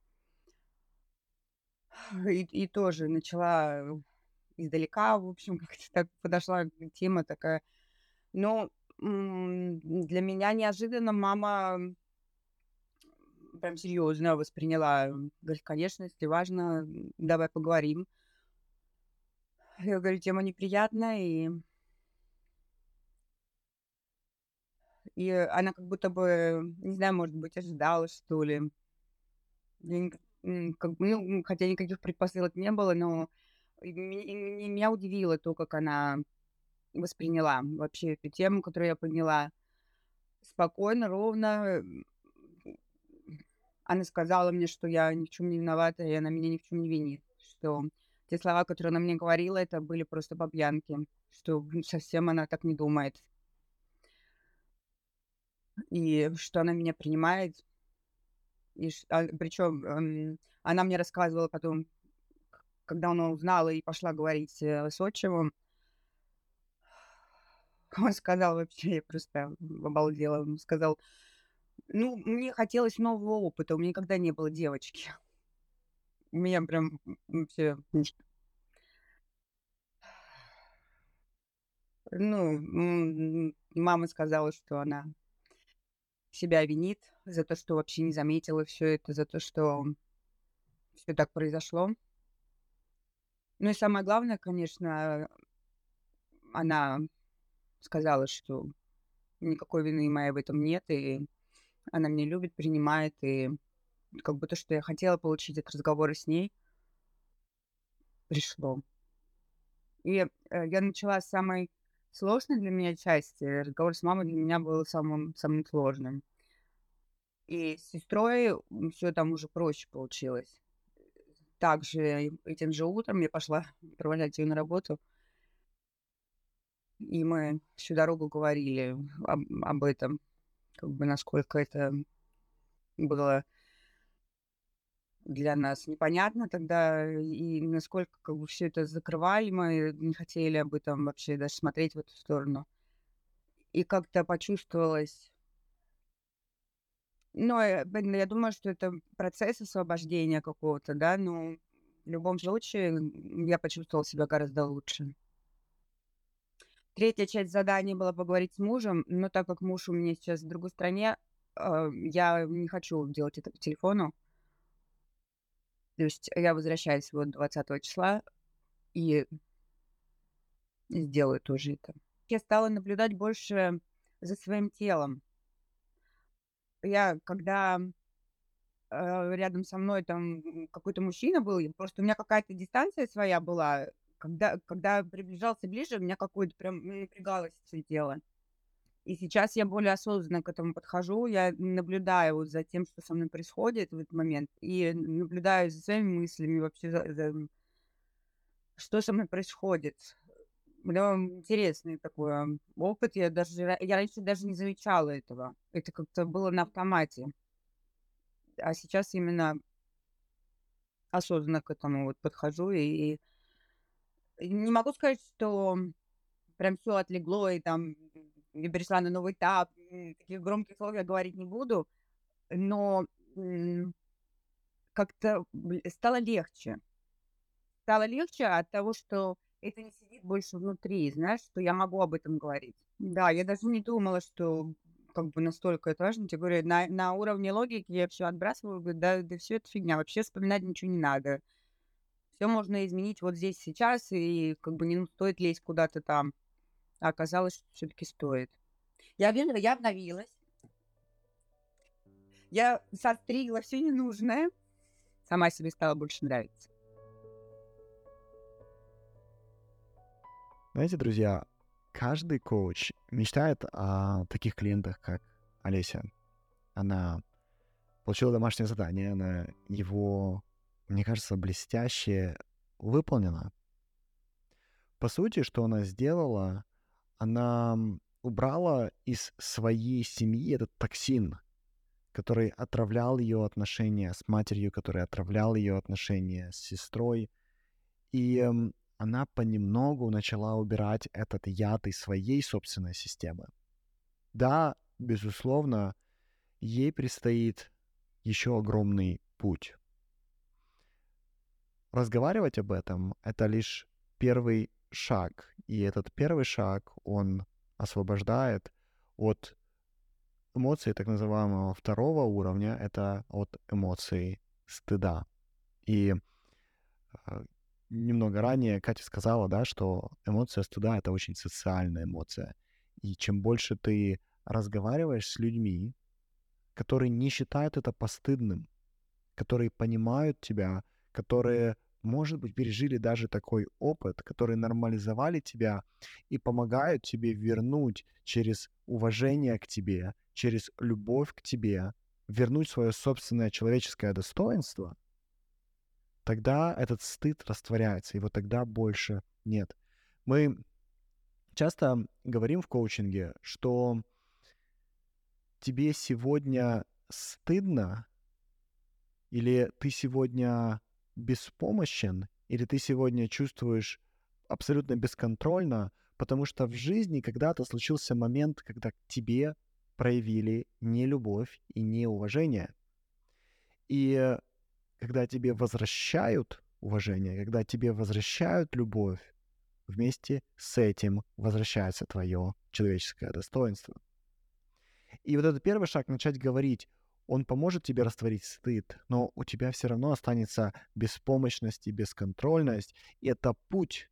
И, и тоже начала издалека, в общем, как-то так подошла тема такая. Но м, для меня неожиданно мама прям серьезно восприняла. Говорит, конечно, если важно, давай поговорим. Я говорю, тема неприятная, и, и она как будто бы, не знаю, может быть, ожидала, что ли. Я не- м, как бы, ну, хотя никаких предпосылок не было, но и ме- и ме- меня удивило то, как она восприняла вообще эту тему, которую я подняла. Спокойно, ровно. м, Она сказала мне, что я ни в чем не виновата, и она меня ни в чем не винит. Что те слова, которые она мне говорила, это были просто по пьянке. Что совсем она так не думает. И что она меня принимает. И причем она мне рассказывала потом, когда она узнала и пошла говорить э, с отчимом, он сказал вообще, я просто обалдела, он сказал, ну, мне хотелось нового опыта, у меня никогда не было девочки. У меня прям вообще... Ну, м, мама сказала, что она себя винит за то, что вообще не заметила все это, за то, что все так произошло. Ну и самое главное, конечно, она сказала, что никакой вины моей в этом нет, и она меня любит, принимает, и как бы то, что я хотела получить от разговора с ней, пришло. И э, я начала с самой сложной для меня части. Разговор с мамой для меня был самым, самым сложным. И с сестрой все там уже проще получилось. Также этим же утром я пошла провожать ее на работу, и мы всю дорогу говорили об, об этом, как бы насколько это было для нас непонятно тогда, и насколько как бы все это закрывали, мы не хотели об этом вообще даже смотреть в эту сторону. И как-то почувствовалось... Ну, э, блин, я думаю, что это процесс освобождения какого-то, да, но в любом случае м, я почувствовала себя гораздо лучше. Третья часть задания была поговорить с мужем, но так как муж у меня сейчас в другой стране, а, я не хочу делать это по телефону. То есть я возвращаюсь вот двадцатого числа и сделаю тоже это. Я стала наблюдать больше за своим телом. Я, когда э, рядом со мной там м, какой-то мужчина был, и просто у меня какая-то дистанция своя была. Когда, когда приближался ближе, у меня какое-то прям напрягалось все тело. И сейчас я более осознанно к этому подхожу. Я наблюдаю вот за тем, что со мной происходит в этот момент, и наблюдаю за своими мыслями вообще, за- за- что со мной происходит. Бля, интересный такой ам, опыт. Я даже ра- я раньше даже не замечала этого. Это как-то было на автомате. А сейчас именно осознанно к этому вот подхожу. И, и не могу сказать, что прям все отлегло, и там я перешла на новый этап. М, Таких громких слов я говорить не буду. Но м, как-то бл- стало легче. Стало легче от того, что это не сидит больше внутри, знаешь, что я могу об этом говорить. Да, я даже не думала, что как бы настолько это важно. Тебе говорю, на, на уровне логики я все отбрасываю, говорю, да, да все это фигня, вообще вспоминать ничего не надо. Все можно изменить вот здесь сейчас, и как бы не стоит лезть куда-то там. А оказалось, что все-таки стоит. Я вижу, я обновилась, я состригла все ненужное, сама себе стала больше нравиться. Знаете, друзья, каждый коуч мечтает о таких клиентах, как Олеся. Она получила домашнее задание, она его, мне кажется, блестяще выполнена. по сути, что она сделала, она убрала из своей семьи этот токсин, который отравлял ее отношения с матерью, который отравлял ее отношения с сестрой. И эм, она понемногу начала убирать этот яд из своей собственной системы. Да, безусловно, ей предстоит еще огромный путь. Разговаривать об этом — это лишь первый шаг. И этот первый шаг, он освобождает от эмоций так называемого второго уровня, это от эмоций стыда. И э, немного ранее Катя сказала, да, что эмоция стыда — это очень социальная эмоция. И чем больше ты разговариваешь с людьми, которые не считают это постыдным, которые понимают тебя, которые, может быть, пережили даже такой опыт, которые нормализовали тебя и помогают тебе вернуть через уважение к тебе, через любовь к тебе, вернуть свое собственное человеческое достоинство, тогда этот стыд растворяется, его тогда больше нет. Мы часто говорим в коучинге, что тебе сегодня стыдно, или ты сегодня беспомощен, или ты сегодня чувствуешь абсолютно бесконтрольно, потому что в жизни когда-то случился момент, когда к тебе проявили нелюбовь и неуважение. И э, когда тебе возвращают уважение, когда тебе возвращают любовь, вместе с этим возвращается твое человеческое достоинство. И вот этот первый шаг — начать говорить, он поможет тебе растворить стыд, но у тебя все равно останется беспомощность и бесконтрольность. И это путь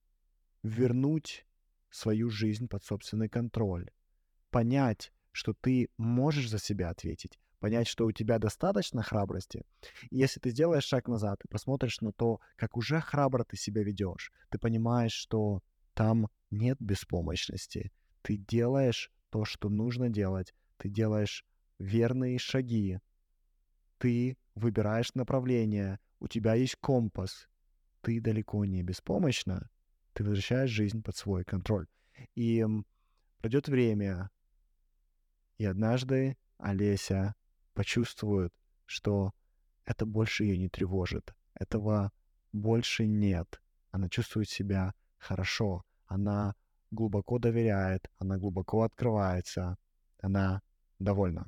вернуть свою жизнь под собственный контроль. Понять, что ты можешь за себя ответить. Понять, что у тебя достаточно храбрости. И если ты сделаешь шаг назад и посмотришь на то, как уже храбро ты себя ведешь, ты понимаешь, что там нет беспомощности. Ты делаешь то, что нужно делать. Ты делаешь верные шаги. Ты выбираешь направление. У тебя есть компас. Ты далеко не беспомощна. Ты возвращаешь жизнь под свой контроль. И м, пройдет время, и однажды Олеся почувствует, что это больше ее не тревожит. Этого больше нет. Она чувствует себя хорошо. Она глубоко доверяет. Она глубоко открывается. Она довольна.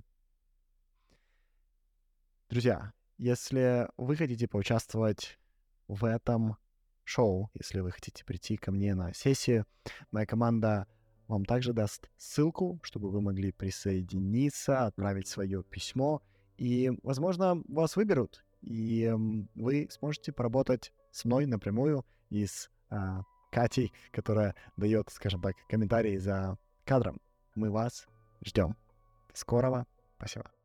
Друзья, если вы хотите поучаствовать в этом шоу, если вы хотите прийти ко мне на сессию, моя команда вам также даст ссылку, чтобы вы могли присоединиться, отправить свое письмо, и, возможно, вас выберут, и м, вы сможете поработать с мной напрямую и с а, Катей, которая дает, скажем так, комментарии за кадром. Мы вас ждем. До скорого. Спасибо.